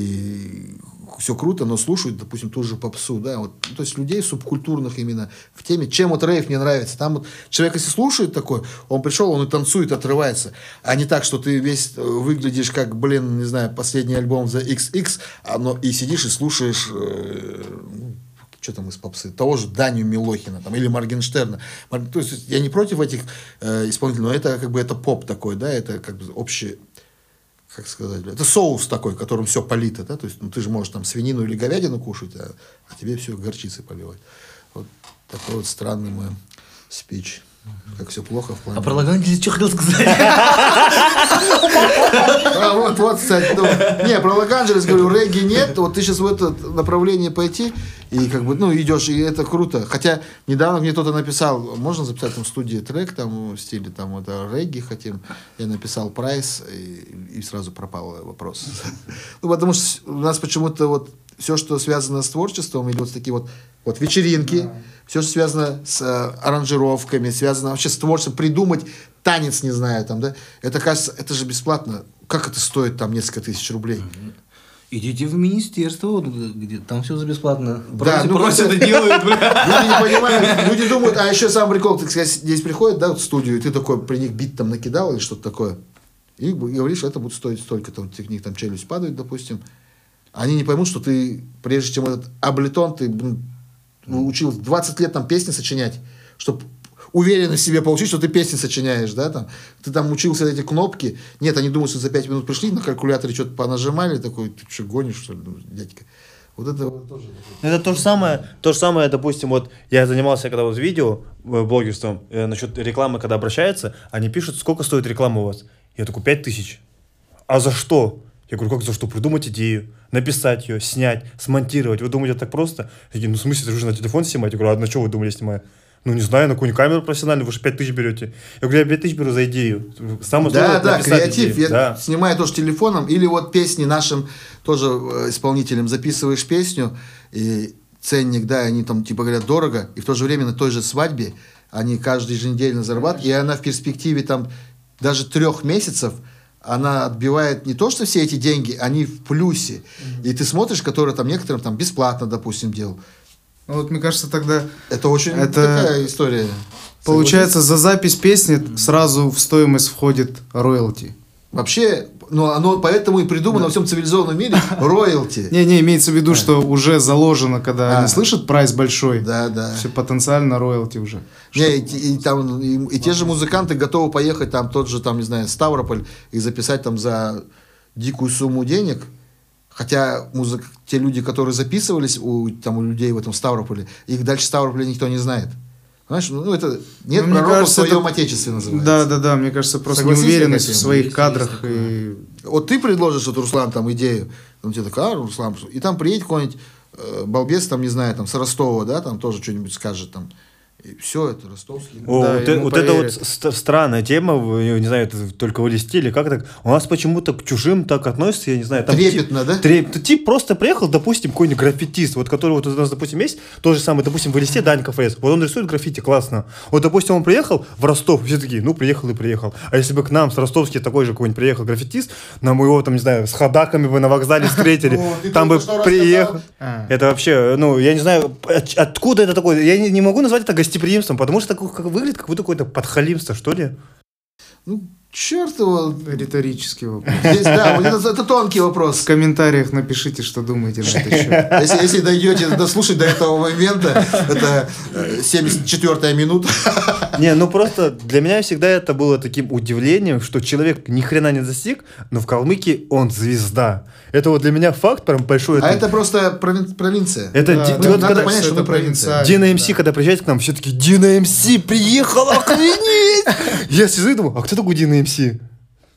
и все круто, но слушают, допустим, ту же попсу, да, вот, то есть людей субкультурных именно в теме, чем вот рейв мне нравится, там вот человек, если слушает такой, он пришел, он и танцует, отрывается, а не так, что ты весь выглядишь как, блин, не знаю, последний альбом за икс икс, а, но и сидишь и слушаешь, э, что там из попсы, того же Даню Милохина там, или Моргенштерна. Мор- То есть я не против этих э, исполнителей, но это как бы это поп такой, да, это как бы общий, как сказать, это соус такой, которым все полито, да, то есть ну, ты же можешь там свинину или говядину кушать, а, а тебе все горчицей поливать. Вот такой вот странный мой спич. Как все плохо в плане. А про Лос-Анджелес что хотел сказать? А вот, вот, кстати, ну, не, про Лос-Анджелес, говорю, регги нет, вот ты сейчас в это направление пойти, и как бы, ну, идешь, и это круто. Хотя недавно мне кто-то написал, можно записать там в студии трек, там, в стиле, там, это регги хотим, я написал прайс, и, и сразу пропал вопрос. Ну, потому что у нас почему-то вот все, что связано с творчеством, или вот такие вот, вот вечеринки, все, что связано с э, аранжировками, связано вообще с творчеством, придумать танец, не знаю, там, да, это, кажется, это же бесплатно. Как это стоит там несколько тысяч рублей? Идите в министерство, вот, где там все за бесплатно. Да, Просят, ну, просят просто- и делают, бля. Люди не понимают, люди думают, а еще сам прикол, ты, сказать, здесь приходит, да, вот в студию, и ты такой, при них бит там накидал или что-то такое, и говоришь, это будет стоить столько, там, у них там челюсть падает, допустим, они не поймут, что ты, прежде чем этот Аблетон, ты блин, учил двадцать лет там песни сочинять, чтобы уверенность в себе получить, что ты песни сочиняешь, да, там, ты там учился эти кнопки, нет, они думают, что за пять минут пришли, на калькуляторе что-то понажимали, такой, ты что, гонишь, что ли, ну, дядька, вот это вот тоже. Это то же самое, то же самое, допустим, вот я занимался когда вот видео, э, блогерством, э, насчет рекламы, когда обращаются, они пишут, сколько стоит реклама у вас. Я такой, пять тысяч. А за что? Я говорю, как за что? Придумать идею. написать ее, снять, смонтировать. Вы думаете, это так просто? Я такие, ну в смысле, ты же на телефон снимать? Я говорю, а на что вы думали, я снимаю? Ну, не знаю, на какую-нибудь камеру профессиональную, вы же пять тысяч берете. Я говорю, я пять тысяч беру за идею. Самое Да, да, креатив. идею. Я Да. снимаю тоже телефоном. Или вот песни нашим тоже э, исполнителям записываешь песню, и ценник, да, они там типа говорят дорого, и в то же время на той же свадьбе они каждый еженедельно зарабатывают, и она в перспективе там даже трех месяцев она отбивает не то, что все эти деньги, они в плюсе. Mm-hmm. И ты смотришь, которые там некоторым там бесплатно, допустим, делал. Ну вот мне кажется тогда... Это очень это... такая история. Получается, за запись песни сразу в стоимость входит роялти. Вообще, ну оно поэтому и придумано да. во всем цивилизованном мире роялти. Не-не, имеется в виду, а. что уже заложено, когда а. они слышат прайс большой, да, да. все потенциально роялти уже. Не, и, и, там, и, и те же музыканты готовы поехать, там тот же, там, не знаю, Ставрополь, и записать там за дикую сумму денег. Хотя музык, те люди, которые записывались у, там, у людей в этом Ставрополе, их дальше Ставрополя никто не знает. Понимаешь, ну это нет ну, пророка кажется, в своем это... отечестве называется. Да, да, да, мне кажется, просто Согласись, неуверенность в своих есть, кадрах. Есть и... Вот ты предложишь, вот, Руслан, там идею, он тебе такой, а, Руслан, и там приедет какой-нибудь э, балбес, там, не знаю, там, с Ростова, да, там тоже что-нибудь скажет, там, и все, это ростовский. О, да, вот, вот это вот ст- странная тема, не знаю, это только вы листили, как так? У нас почему-то к чужим так относятся, я не знаю. Там трепетно, тип, да? Треп... Тип просто приехал, допустим, какой-нибудь граффитист, вот который вот у нас, допустим, есть, то же самое, допустим, в листе Данька ФС, вот он рисует граффити, классно. Вот, допустим, он приехал в Ростов, все такие, ну, приехал и приехал. А если бы к нам с ростовских такой же какой-нибудь приехал граффитист, нам его, там, не знаю, с ходаками бы на вокзале встретили, там бы приехал. Это вообще, ну, я не знаю, откуда это такое, я не могу назвать это гостеприимством, потому что как выглядит как будто какое-то подхалимство, что ли? Ну, черт его. Риторический вопрос. Здесь, да, вот это, это тонкий вопрос. В комментариях напишите, что думаете на этот счет. Если, если дойдете дослушать до этого момента, это семьдесят четвёртая минута. Не, ну просто для меня всегда это было таким удивлением, что человек ни хрена не достиг, но в Калмыкии он звезда. Это вот для меня факт прям большой. А это, это просто прови- провинция. Это да, ди- да, вот надо когда понять, что мы провинция. Дина МС, да. Когда приезжает к нам, все таки Дина МС приехал, охренеть! Я сижу и думаю, а кто такой Дина МС? И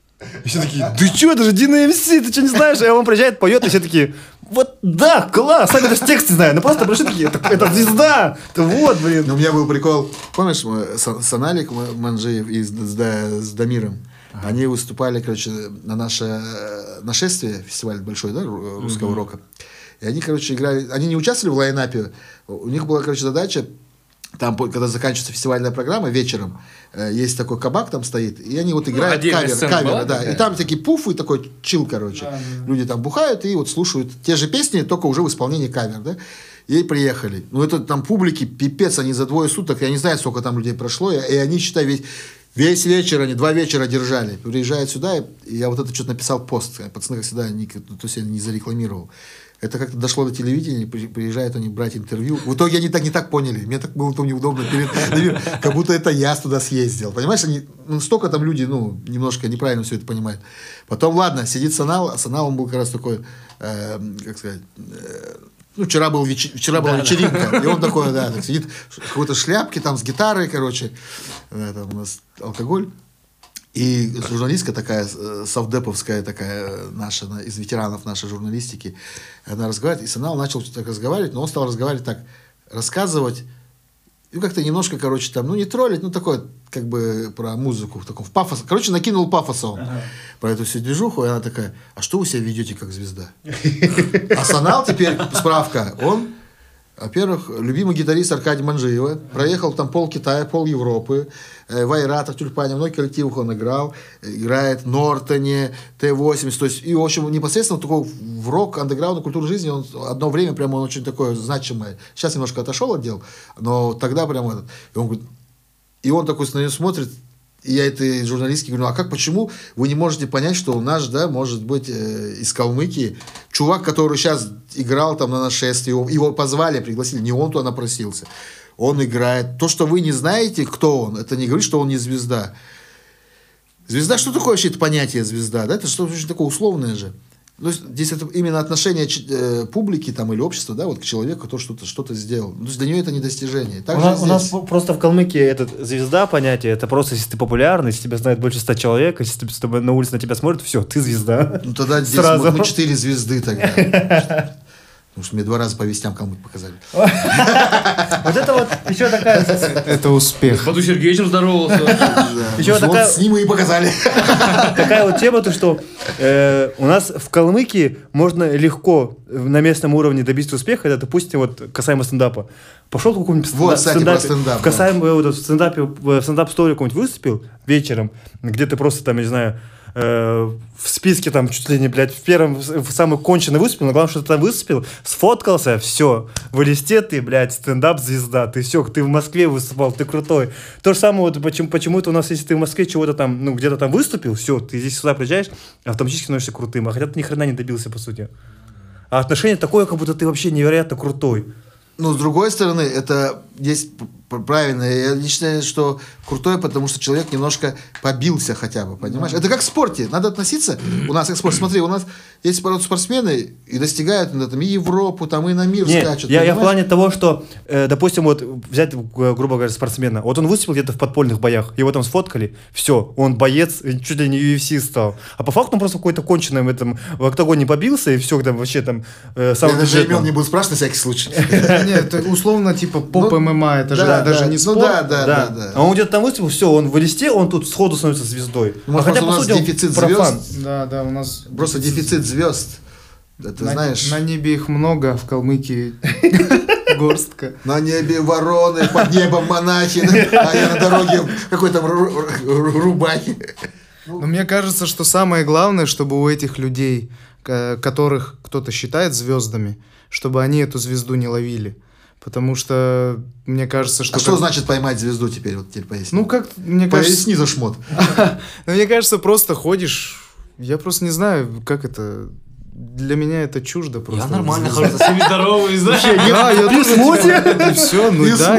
все такие, ты что, это же Дина МС, ты что не знаешь? А он приезжает, поет, и все такие, вот да, класс, сами даже текст не знаю, ну просто пришли такие, это, это звезда, это вот, блин. Ну, у меня был прикол, помнишь, Саналик Манджиев и с, с, с Дамиром, ага. Они выступали, короче, на наше нашествие, фестиваль большой, да, русского mm-hmm. рока, и они, короче, играли, они не участвовали в лайнапе, у них была, короче, задача, там, когда заканчивается фестивальная программа, вечером э, есть такой кабак, там стоит, и они вот играют ну, кавер, каверы, да, такая. И там такие пуфы, такой чил, короче. Да, да. Люди там бухают и вот слушают те же песни, только уже в исполнении кавер, да. И приехали. Ну, это там публики, пипец, они за двое суток, я не знаю, сколько там людей прошло, и, и они, считай, весь, весь вечер, они два вечера держали. Приезжают сюда, и, и я вот это что-то написал пост, пацаны, как всегда, не, то есть я не зарекламировал. Это как-то дошло до телевидения, приезжают они брать интервью. В итоге они так не так поняли. Мне так было там неудобно перед, как будто это я туда съездил. Понимаешь, они, ну, столько там люди, ну, немножко неправильно все это понимают. Потом, ладно, сидит Санал, а Санал, он был как раз такой, э, как сказать, э, ну, вчера, был вечер, вчера была да, вечеринка, да. И он такой, да, так сидит в какой-то шляпке, там, с гитарой, короче, да, там у нас алкоголь. И журналистка такая, совдеповская такая наша, из ветеранов нашей журналистики, она разговаривает, и Санал начал так разговаривать, но он стал разговаривать так, рассказывать, и как-то немножко, короче, там, ну, не троллить, ну, такое, как бы, про музыку, в таком, в пафос, короче, накинул пафоса он ага. про эту всю движуху, и она такая, а что вы себя ведете как звезда? А Санал теперь, справка, он... Во-первых, любимый гитарист Аркадия Манджиева. Проехал там пол Китая, пол Европы. Э, в Айратах, Тюльпане. Многих коллективах он играл. Играет в Нортоне, Т восемьдесят. То есть, и, в общем, непосредственно такой в рок, андеграундной культуре жизни он одно время прямо он очень такое значимое. Сейчас немножко отошел от дел, но тогда прямо этот. И он говорит, и он такой на нее смотрит. И я этой журналистке говорю, а как, почему вы не можете понять, что у нас, да, может быть, э, из Калмыкии чувак, который сейчас играл там на нашествии, его, его позвали, пригласили, не он туда напросился. Он играет. То, что вы не знаете, кто он, это не говорит, что он не звезда. Звезда, что такое вообще это понятие звезда? Да? Это что-то очень такое условное же. Ну, здесь это именно отношение э, публики там, или общества, да, вот к человеку, который что-то, что-то сделал. То есть для нее это не достижение. У нас, у нас просто в Калмыкии этот звезда понятие, это просто если ты популярный, если тебя знает больше ста человек, если с тобой на улице на тебя смотрят, все, ты звезда. Ну тогда здесь мы, мы четыре звезды тогда. Потому что мне два раза по вестям Калмык показали. Вот это вот еще такая... Это успех. С Бату Сергеевичем здоровался. Еще такая... Вот с ним и показали. Такая вот тема, то что э, у нас в Калмыкии можно легко на местном уровне добиться успеха, это, допустим, вот касаемо стендапа. Пошел в каком-нибудь вот, стендапе, кстати, стендап, касаемо да. вот, в стендапе, в стендап-сторе какой-нибудь выступил вечером, где ты просто там, я не знаю, в списке там чуть ли не, блядь, в первом, в самый конченый выступил, но главное, что ты там выступил, сфоткался, все, в листе ты, блядь, стендап-звезда, ты все, ты в Москве выступал, ты крутой. То же самое, вот почему, почему-то у нас, если ты в Москве чего-то там, ну, где-то там выступил, все, ты здесь сюда приезжаешь, автоматически становишься крутым, а хотя ты ни хрена не добился, по сути. А отношение такое, как будто ты вообще невероятно крутой. Но с другой стороны, это есть правильно. Я лично, что крутой, потому что человек немножко побился хотя бы, понимаешь? Да. Это как в спорте. Надо относиться. У нас как спорт. Смотри, у нас есть спортсмены и достигают ну, там, и Европу, там, и на мир Нет, скачут. Я, я в плане того, что, э, допустим, вот взять, грубо говоря, спортсмена. Вот он выступил где-то в подпольных боях, его там сфоткали, все, он боец, чуть ли не ю эф си стал. А по факту он просто какой-то конченый в этом в октагоне побился, и все, там вообще там... Э, я даже имен не буду спрашивать на всякий случай. Нет, это условно типа поп ММА, это же даже не спорт. Ну да, да, да, да. А он где-то там выступил, все, он в листе, он тут сходу становится звездой. А хотя, по сути, дефицит звезд. Да, да, у нас... Просто дефицит звезд. Да, ты на, знаешь... на небе их много, в Калмыкии горстка. На небе вороны, под небом монахи, а я на дороге какой-то рубахи. Но мне кажется, что самое главное, чтобы у этих людей, которых кто-то считает звездами, чтобы они эту звезду не ловили. Потому что мне кажется, что... А что значит поймать звезду теперь? Вот теперь поясни. Ну, как, мне кажется... Поясни за шмот. Ну, мне кажется, просто ходишь... Я просто не знаю, как это... Для меня это чуждо просто. Я нормально хожу, со всеми здоровыми, знаешь. Да, я тоже типа, и все, ну и да.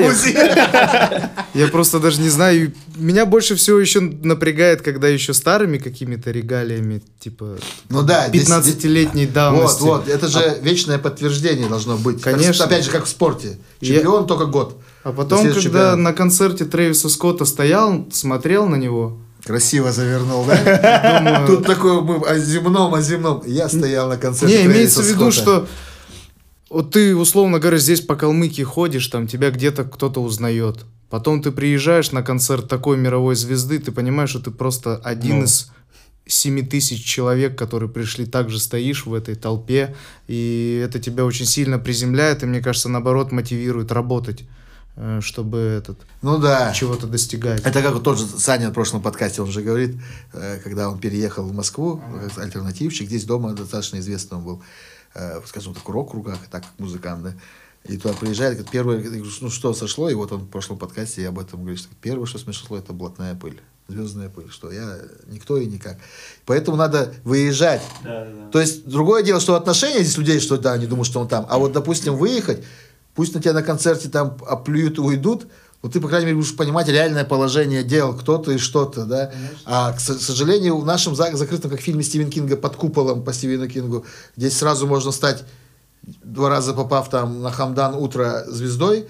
Я, я просто даже не знаю. Меня больше всего еще напрягает, когда еще старыми какими-то регалиями, типа ну, да, пятнадцатилетней давности. Вот, вот, это же а... вечное подтверждение должно быть. Конечно. Опять же, как в спорте. Чемпион я... только год. А потом, когда чемпионат. На концерте Трэвиса Скотта стоял, смотрел на него. Красиво завернул, да? Думаю... Тут такое мы о земном, о земном. Я стоял на концерте. Не, имеется в виду, что вот ты, условно говоря, здесь по Калмыкии ходишь, там тебя где-то кто-то узнает. Потом ты приезжаешь на концерт такой мировой звезды, ты понимаешь, что ты просто один ну. из семи тысяч человек, которые пришли, также стоишь в этой толпе, и это тебя очень сильно приземляет, и, мне кажется, наоборот, мотивирует работать, чтобы этот ну да. чего-то достигать. Это как вот тот же Саня в прошлом подкасте, он же говорит, когда он переехал в Москву, ага. альтернативщик, здесь дома достаточно известный он был, скажем так, в рок-кругах, так как музыкант, да. И туда приезжает, говорит, первое, ну что сошло, и вот он в прошлом подкасте об этом говорит, что первое, что мне сошло, это блатная пыль, звездная пыль, что я никто и никак. Поэтому надо выезжать. Да, да. То есть, другое дело, что отношения здесь людей, что да, они думают, что он там, а вот, допустим, выехать, пусть на тебя на концерте там оплюют и уйдут, но ты, по крайней мере, будешь понимать реальное положение дел, кто-то и что-то, да. Конечно. А, к сожалению, в нашем закрытом, как в фильме Стивена Кинга «Под куполом» по Стивену Кингу, здесь сразу можно стать, два раза попав там на Хамдан утро звездой,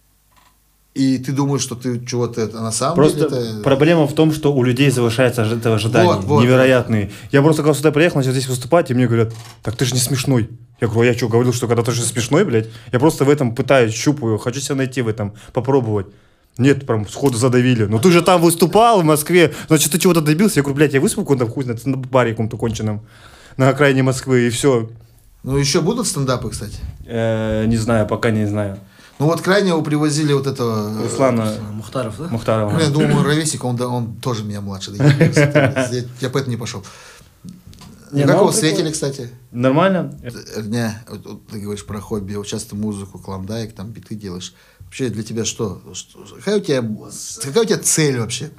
и ты думаешь, что ты чего-то, а на самом просто деле это... проблема в том, что у людей завышается это ожидания вот, вот, невероятные. Вот. Я просто когда сюда приехал, начал здесь выступать, и мне говорят, так ты же не смешной. Я говорю, а я что, говорил, что когда ты же смешной, блядь? Я просто в этом пытаюсь, щупаю, хочу себя найти в этом, попробовать. Нет, прям сходу задавили. Ну ты же там выступал в Москве, значит, ты чего-то добился. Я говорю, блядь, я выступил в каком-то хуй на баре каком-то конченом на окраине Москвы, и все. Ну еще будут стендапы, кстати? Э, не знаю, пока не знаю. Ну вот крайнего привозили вот этого... Руслана Мухтаров, да? Мухтарова. Ну, я думаю, мой ровесник, он, он тоже меня младше. Да, я, я поэтому не пошел. Не, как его встретили, кстати? Нормально. Не, вот, вот, ты говоришь про хобби, вот часто музыку, клондайк, там биты делаешь. Вообще для тебя что? что какая, у тебя, какая у тебя цель вообще?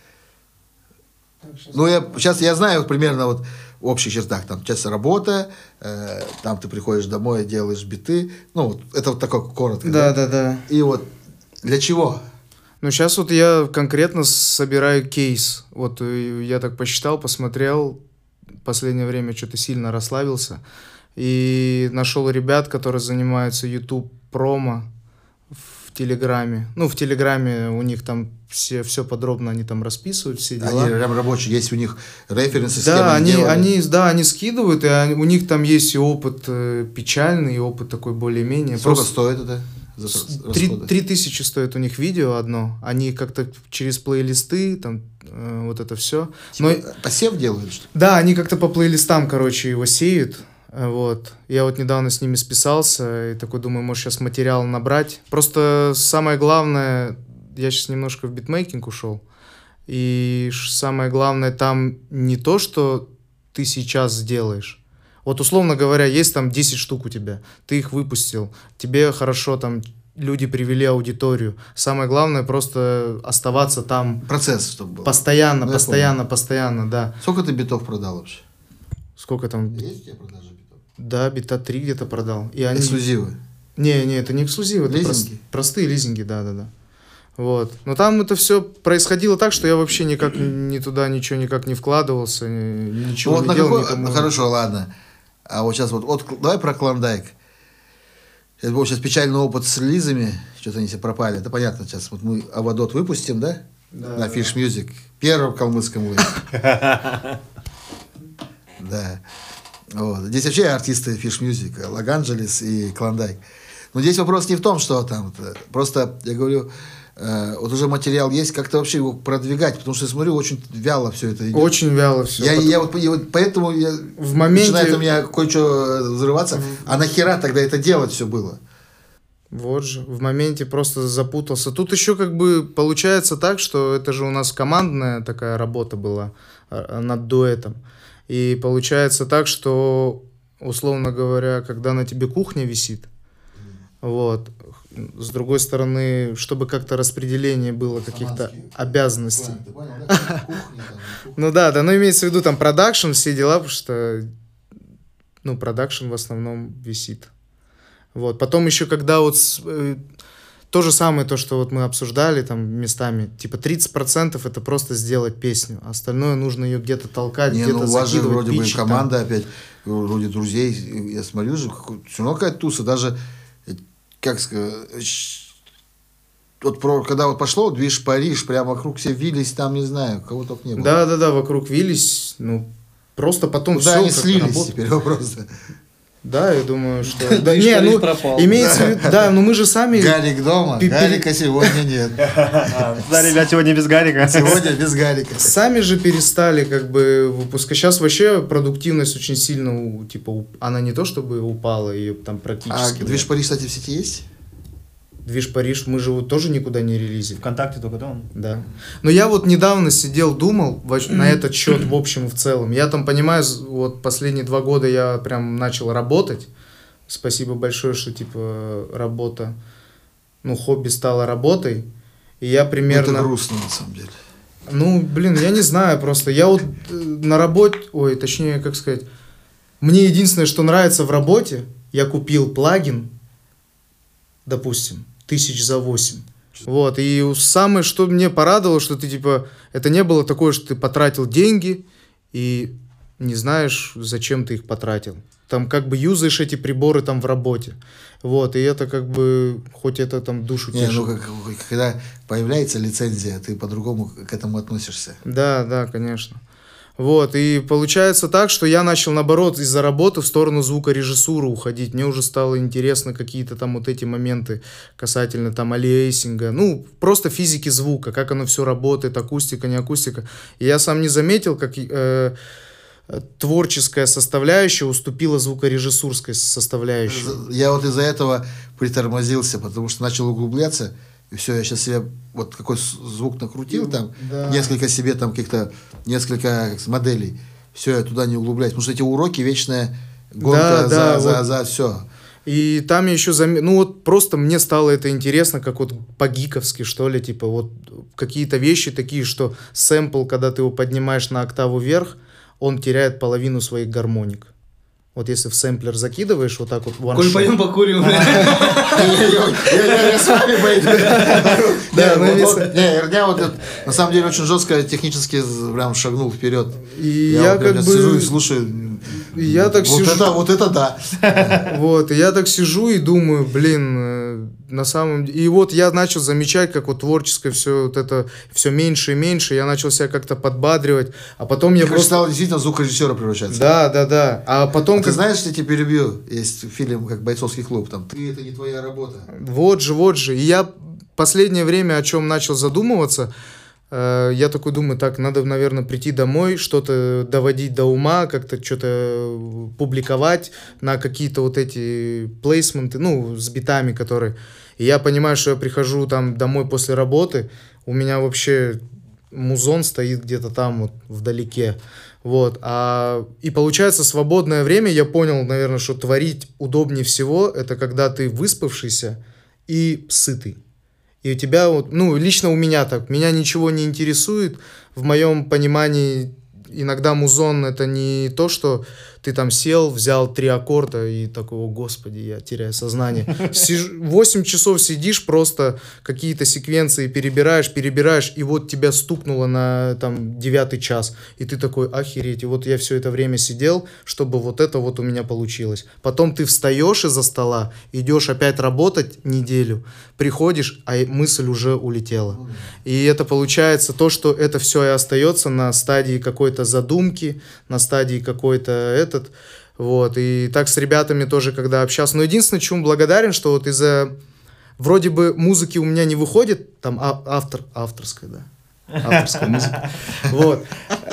Ну, я сейчас я знаю вот, примерно вот в общих чертах, там, часть работа, э, там ты приходишь домой, делаешь биты, ну, вот, это вот такое коротко. Да, да, да, да. И вот для чего? Ну, сейчас вот я конкретно собираю кейс. Вот я так посчитал, посмотрел, в последнее время что-то сильно расслабился. И нашел ребят, которые занимаются YouTube промо в Телеграме. Ну, в Телеграме у них там все, все подробно, они там расписывают, все дела. Они прям рабочие, есть у них референсы, с да, кем они, делали. они, да, они скидывают, и они, у них там есть и опыт э, печальный, и опыт такой более-менее. Сколько Просто стоит это? За три, расходы? три тысячи стоит у них видео одно. Они как-то через плейлисты, там, э, вот это все. Типа, Но, посев делают, что ли? да, они как-то по плейлистам, короче, его сеют. Вот. Я вот недавно с ними списался и такой думаю, может, сейчас материал набрать. Просто самое главное, я сейчас немножко в битмейкинг ушел, и самое главное там не то, что ты сейчас сделаешь. Вот условно говоря, есть там десять штук у тебя, ты их выпустил, тебе хорошо там люди привели аудиторию. Самое главное просто оставаться там. Процесс, чтобы был. Постоянно, Ну, постоянно, постоянно, да. Сколько ты битов продал вообще? Сколько там? Есть у тебя продажи битов? Да, бита три где-то продал. И они... Эксклюзивы? Не, не, это не эксклюзивы, это Лизинги? прос- простые лизинги, да-да-да. Вот. Но там это все происходило так, что я вообще никак ни туда ничего никак не вкладывался, ни- ничего Ну, вот не на делал. какой... никому. Хорошо, ладно. А вот сейчас вот, вот давай про Клондайк. Это был сейчас печальный опыт с релизами, что-то они все пропали. Это понятно сейчас. Вот мы Авадот выпустим, да? Да, На да. Fish Music. Первым калмыцком лейбле. Да. Вот. Здесь вообще артисты Fish Music, Лос-Анджелес и Клондайк. Но здесь вопрос не в том, что там. Просто, я говорю, э, вот уже материал есть, как-то вообще его продвигать, потому что я смотрю, очень вяло все это идет. Очень вяло все. Я, я, вот, я вот поэтому я, В моменте- начинает у меня кое-что взрываться. А нахера тогда это делать все было? Вот же, в моменте просто запутался. Тут еще как бы получается так, что это же у нас командная такая работа была а, над дуэтом. И получается так, что, условно говоря, когда на тебе кухня висит, вот, с другой стороны, чтобы как-то распределение было каких-то обязанностей. Ну да, да, ну имеется в виду там продакшн, все дела, потому что, ну, продакшн в основном висит. Вот. Потом еще, когда вот с- э, то же самое, то, что вот мы обсуждали там местами, типа тридцать процентов это просто сделать песню, а остальное нужно ее где-то толкать, Не, где-то ну у вас же закидывать, вроде бы питчить там. команда опять, вроде друзей, я смотрю же, все равно какая-то туса, даже, э, как сказать, щ- вот про, когда вот пошло движ Париж, прямо вокруг все вились, там, не знаю, кого только не было. Да-да-да, вокруг вились, ну, просто потом Куда все они слились теперь вопрос. Да, я думаю, что... Да, Да, и не, что ну, лишь пропал. имеется в виду, да, но мы же сами... Гарик дома, Пи- Гарика сегодня нет. Да, ребят, сегодня без Гарика. Сегодня без Гарика. Сами же перестали как бы выпускать. Сейчас вообще продуктивность очень сильно, у- типа, у- она не то чтобы упала, ее там А практически движ нет. Париж, кстати, в сети есть? Движ Париж, мы же его тоже никуда не релизили. ВКонтакте только, да? он? Да. Но я вот недавно сидел, думал во- на этот счет в общем и в целом. Я там понимаю, з- вот последние два года я прям начал работать. Спасибо большое, что типа работа, ну, хобби стало работой. И я Ну, примерно... это грустно, на самом деле. Ну, блин, я не знаю просто. Я вот э, на работе, ой, точнее, как сказать, мне единственное, что нравится в работе, я купил плагин, допустим, тысяч за восемь. Вот, и самое, что мне порадовало, что ты, типа, это не было такое, что ты потратил деньги и не знаешь, зачем ты их потратил. Там как бы юзаешь эти приборы там в работе. Вот, и это как бы, хоть это там душу Не, тешит. ну, как, когда появляется лицензия, ты по-другому к этому относишься. Да, да, конечно. Вот, и получается так, что я начал, наоборот, из-за работы в сторону звукорежиссуры уходить. Мне уже стало интересно какие-то там вот эти моменты касательно там алиэйсинга, ну, просто физики звука, как оно все работает, акустика, не акустика. И я сам не заметил, как э, творческая составляющая уступила звукорежиссурской составляющей. Я вот из-за этого притормозился, потому что начал углубляться, и все, я сейчас себе вот какой с- звук накрутил там, Да. несколько себе там каких-то, несколько как сказать, моделей, все, я туда не углубляюсь, потому что эти уроки вечная гонка Да, за, да, за, вот. за все. И там я еще зам... ну вот просто мне стало это интересно, как вот по-гиковски, что ли, типа вот какие-то вещи такие, что сэмпл, когда ты его поднимаешь на октаву вверх, он теряет половину своих гармоник. Вот если в сэмплер закидываешь вот так вот one Коль, shot. пойдем покурим. Я с вами пойду. Да, Не, ну, вот- если- вот- не, Эрня вот это, на самом деле очень жестко технически прям шагнул вперед. И Я, я вот прям как сижу и бы... слушаю. И я так вот сижу- это, вот это да. Вот, и я так сижу и думаю, блин, э, на самом деле... И вот я начал замечать, как вот творческое все вот это, все меньше и меньше, я начал себя как-то подбадривать, а потом я Я просто просто... стал действительно в звукорежиссера превращаться. Да, да, да. А потом... А ты как- знаешь, я тебя перебью, есть фильм как «Бойцовский клуб», там, ты это не твоя работа. Вот же, вот же. И я последнее время о чем начал задумываться, э, я такой думаю, так, надо, наверное, прийти домой, что-то доводить до ума, как-то что-то публиковать на какие-то вот эти плейсменты, ну, с битами, которые... И я понимаю, что я прихожу там домой после работы, у меня вообще музон стоит где-то там вот вдалеке. Вот. А, и получается, свободное время, я понял, наверное, что творить удобнее всего, это когда ты выспавшийся и сытый. И у тебя, вот, ну, лично у меня так, меня ничего не интересует. В моем понимании иногда музон это не то, что ты там сел, взял три аккорда и такой, о господи, я теряю сознание. восемь часов сидишь, просто какие-то секвенции перебираешь, перебираешь, и вот тебя стукнуло на там девятый час. И ты такой, охереть, и вот я все это время сидел, чтобы вот это вот у меня получилось. Потом ты встаешь из-за стола, идешь опять работать неделю, приходишь, а мысль уже улетела. И это получается то, что это все и остается на стадии какой-то задумки, на стадии какой-то этот, вот, и так с ребятами тоже, когда общался. Но единственное, чему благодарен, что вот из-за, вроде бы музыки у меня не выходит, там а- автор, авторская, да, авторская музыка, вот.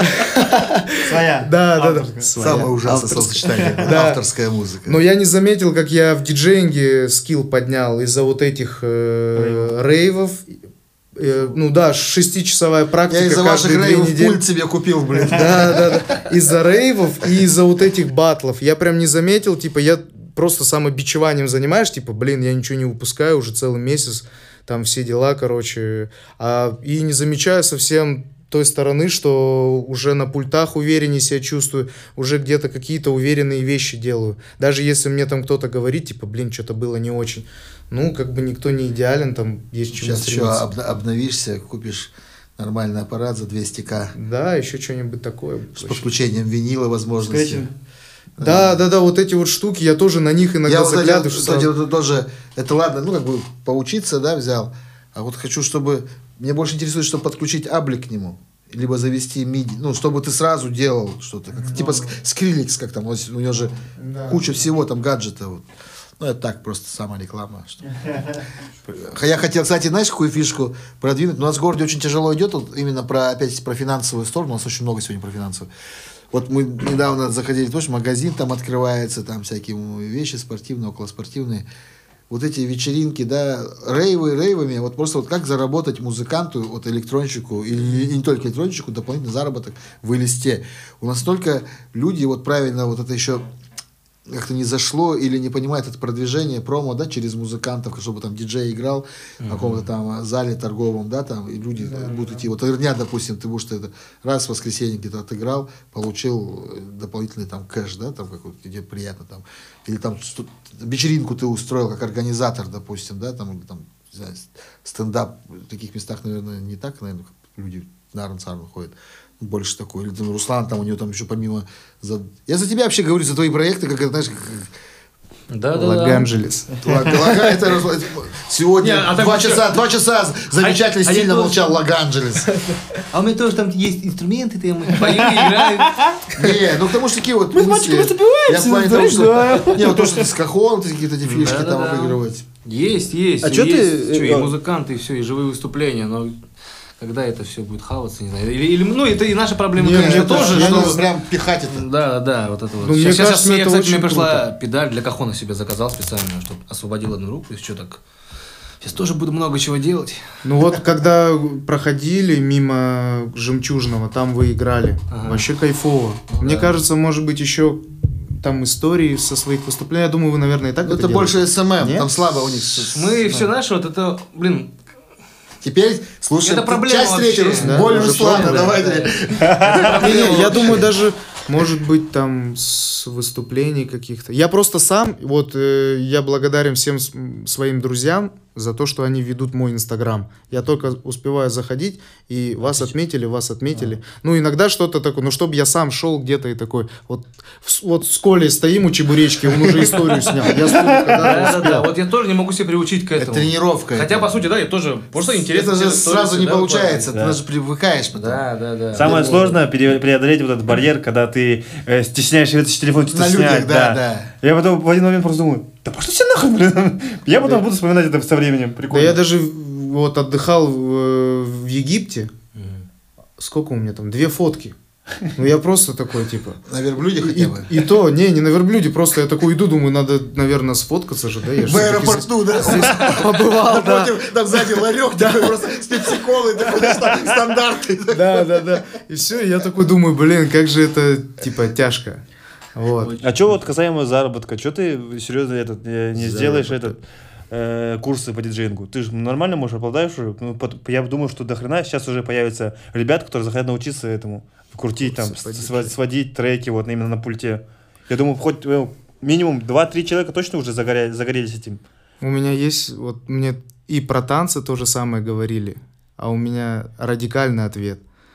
Своя. Да, да, да. Авторская. Самое ужасное Авторская. словосочетание. Да. Авторская музыка. Но я не заметил, как я в диджеинге скилл поднял из-за вот этих э, рейвов. Э, ну да, шестичасовая практика Я из-за ваших каждые две рейвов недели. пульт себе купил, блин. Да, да, да. Из-за рейвов и из-за вот этих батлов. Я прям не заметил, типа, я просто самобичеванием занимаешь, типа, блин, я ничего не выпускаю уже целый месяц, там все дела, короче. А, и не замечаю совсем той стороны, что уже на пультах увереннее себя чувствую, уже где-то какие-то уверенные вещи делаю. Даже если мне там кто-то говорит, типа, блин, что-то было не очень. Ну, как бы никто не идеален, там есть чему Сейчас еще стремиться. обна- обновишься, купишь нормальный аппарат за двести тысяч. Да, еще что-нибудь такое. С подключением винила, возможности. Скретчинг. Да, да, да, вот эти вот штуки, я тоже на них иногда Я вот, кстати, заглядываю. вот, что кстати, сразу- вот тоже, это ладно, ну, как бы поучиться, да, взял. А вот хочу, чтобы, мне больше интересует, чтобы подключить аблик к нему. Либо завести миди, ну, чтобы ты сразу делал что-то. Как, типа ск- Скриликс, как там, вот у него же Да. куча всего, там, гаджета. Вот. Ну, это так, просто сама реклама. Что... Я хотел, кстати, знаешь, какую фишку продвинуть? У нас в городе очень тяжело идет, вот именно про, опять, про финансовую сторону. У нас очень много сегодня про финансовую. Вот мы недавно заходили, тоже магазин там открывается, там всякие вещи спортивные, околоспортивные. Вот эти вечеринки, да, рейвы рейвами, вот просто вот как заработать музыканту, вот электронщику, или и не только электронщику, дополнительный заработок в листе. У нас только люди, вот правильно, вот это еще как-то не зашло или не понимает это продвижение, промо, да, через музыкантов, чтобы там диджей играл в каком-то там зале торговом, да, там, и люди Да, будут да. идти. Вот Ирня, допустим, ты будешь это раз в воскресенье где-то отыграл, получил дополнительный там кэш, да, там какой-то, тебе приятно там. Или там сту- вечеринку ты устроил как организатор, допустим, да, там, или там, не знаю, стендап в таких местах, наверное, не так, наверное, люди на Арн-Сарн ходят. Больше такой. Или там Руслан, там у него там еще помимо... За... Я за тебя вообще говорю, за твои проекты, как, знаешь, как... Да, да, Лос-Анджелес. Лага, это Руслан- сегодня Не, а так два вообще- часа, два часа замечательно, А- а стильно я молчал Лос-Анджелес. А у меня тоже там есть инструменты, ты мы поем, играем. Не, ну потому что такие вот... Мы с мысли- мальчиком разбиваемся, Я в плане того, знаешь, что... да. Не, вот то, что с кахон, ты какие-то эти фишки там Да-да-да. обыгрывать. Есть, есть. А и чё ты, есть, чё, и э, музыканты, и все, и живые выступления, но когда это все будет хаваться, не знаю. Или, или, ну, это и наша проблема, Не, конечно, мне тоже. Я что- не прям пихать это. Да, да, вот это вот. Ну, мне сейчас, сейчас, кажется, я, это кстати, очень мне пришла круто. педаль для кахона себе заказал специально, чтобы освободил одну руку, и что так. Сейчас тоже буду много чего делать. Ну вот, когда проходили мимо Жемчужного, там вы играли. Ага. Вообще кайфово. Ну Мне да. кажется, может быть, еще там истории со своих выступлений. Я думаю, вы, наверное, и так Ну, это это больше делаете. эс эм эм, Нет? там слабо у них. Мы все, знаешь, вот это, блин, Теперь слушай, Это проблема часть третья, вообще. Рус- Да, боль уже Руслана, пробовали. давай. Не, не, я думаю, даже, может быть, там с выступлений каких-то. Я просто сам, вот, э, я благодарен всем с- м, своим друзьям, за то, что они ведут мой Инстаграм. Я только успеваю заходить, и вас отметили, вас отметили. А. Ну, иногда что-то такое, ну, чтобы я сам шел где-то и такой, вот, вот с Колей стоим у Чебуречки, он уже историю снял. Я Да-да-да, вот я тоже не могу себя приучить к этому. Это тренировка. Хотя, по сути, да, я тоже просто интересно. Это же сразу не получается, ты даже привыкаешь потом. Да, да, да. Самое сложное преодолеть вот этот барьер, когда ты стесняешься вытащить телефон, что-то снять. Да, да. Я потом в один момент просто думаю, да пошли все нахуй, блин. Я потом да. буду вспоминать это со временем. Прикольно. Да я даже вот отдыхал в, в Египте. Mm. Сколько у меня там? Две фотки. Ну я просто такой, типа... На верблюде хотя бы? И, и то, не, не на верблюде, просто я такой иду, думаю, надо, наверное, сфоткаться же, да? Я в аэропорту, да? Здесь побывал, да. Там сзади ларек, такой просто с пепси-колой, стандарты. Да, да, да. И все, я такой думаю, блин, как же это, типа, тяжко. Вот. А что вот касаемо заработка, что ты серьезно этот, не, не сделаешь этот э, курсы по диджеингу? Ты же нормально можешь, обладаешь уже? Ну, под, я думаю, что до хрена сейчас уже появятся ребята, которые захотят научиться этому, крутить там, сводить, сводить треки вот именно на пульте. Я думаю, хоть минимум два-три человека точно уже загоря, загорелись этим. У меня есть, вот мне и про танцы то же самое говорили, а у меня радикальный ответ.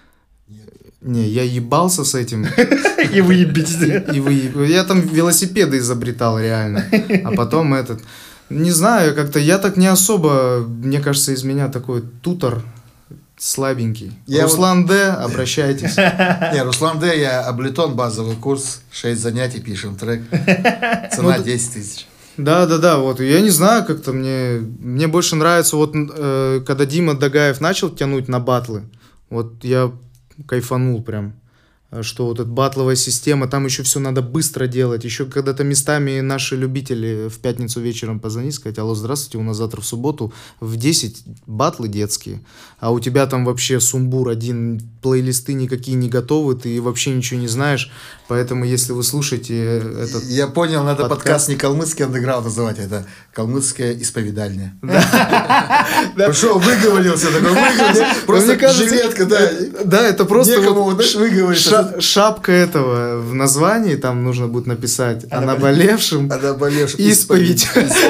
Не, я ебался с этим. И выебись. И выеб... Я там велосипеды изобретал реально. А потом этот... Не знаю, как-то я так не особо... Мне кажется, из меня такой тутор слабенький. Я Руслан вот... Д, обращайтесь. Не, Руслан Д, я Аблетон, базовый курс, шесть занятий, пишем трек. Цена десять тысяч. Да, да, да, вот, я не знаю, как-то мне... Мне больше нравится, вот, э, когда Дима Дагаев начал тянуть на батлы, вот я... кайфанул прям, что вот эта батловая система, там еще все надо быстро делать, еще когда-то местами наши любители в пятницу вечером позвонить, сказать, алло, здравствуйте, у нас завтра в субботу в десять батлы детские, а у тебя там вообще сумбур один, плейлисты никакие не готовы, ты вообще ничего не знаешь, поэтому если вы слушаете этот Я понял, надо подкаст, подкаст не калмыцкий андеграунд называть, это калмыцкая исповедальня. Пришел, выговорился, такой выговорился, просто жилетка, да. Да, это просто выговориться. Шапка этого в названии, там нужно будет написать о наболевшем, о наболевшем исповедь.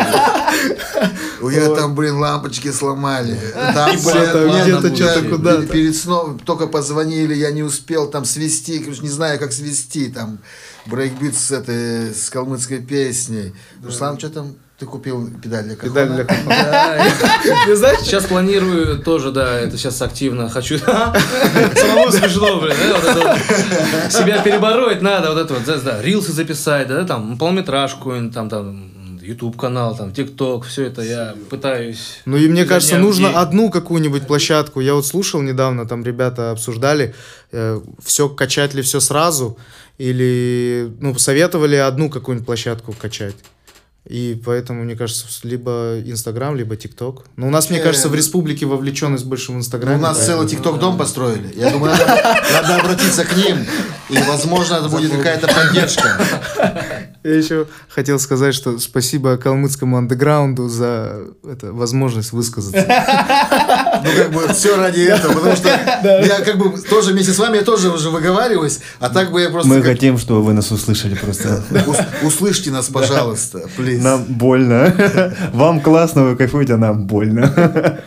У меня там, блин, лампочки сломали. Там, где-то что-то куда-то. Перед сном только позвонили, я не успел там свести, не знаю, как свести, там, брейкбит с этой, с калмыцкой песней. Руслан, что там? Ты купил педаль для кахона? Педаль для кахона. Знаешь, сейчас планирую тоже, да, это сейчас активно хочу. Самому смешно, блин, себя перебороть надо, вот это вот, да, рилсы записать, да, там, полметражку, там, там, YouTube-канал, там, TikTok, все это я пытаюсь... Ну и мне кажется, нужно одну какую-нибудь площадку. Я вот слушал недавно, там ребята обсуждали, э, все качать ли все сразу, или, ну, советовали одну какую-нибудь площадку качать. И поэтому, мне кажется, либо Инстаграм, либо ТикТок. Но у нас, мне кажется, в республике вовлеченность больше в Инстаграме. У нас целый ТикТок-дом построили. Я думаю, надо, надо обратиться к ним. И, возможно, это будет какая-то поддержка. Я еще хотел сказать, что спасибо калмыцкому андеграунду за это, возможность высказаться. Ну, как бы, все ради этого, потому что я как бы тоже вместе с вами, я тоже уже выговариваюсь, а так бы я просто... Мы хотим, чтобы вы нас услышали просто. Услышьте нас, пожалуйста, please. Нам больно. Вам классно, вы кайфуете, а нам больно.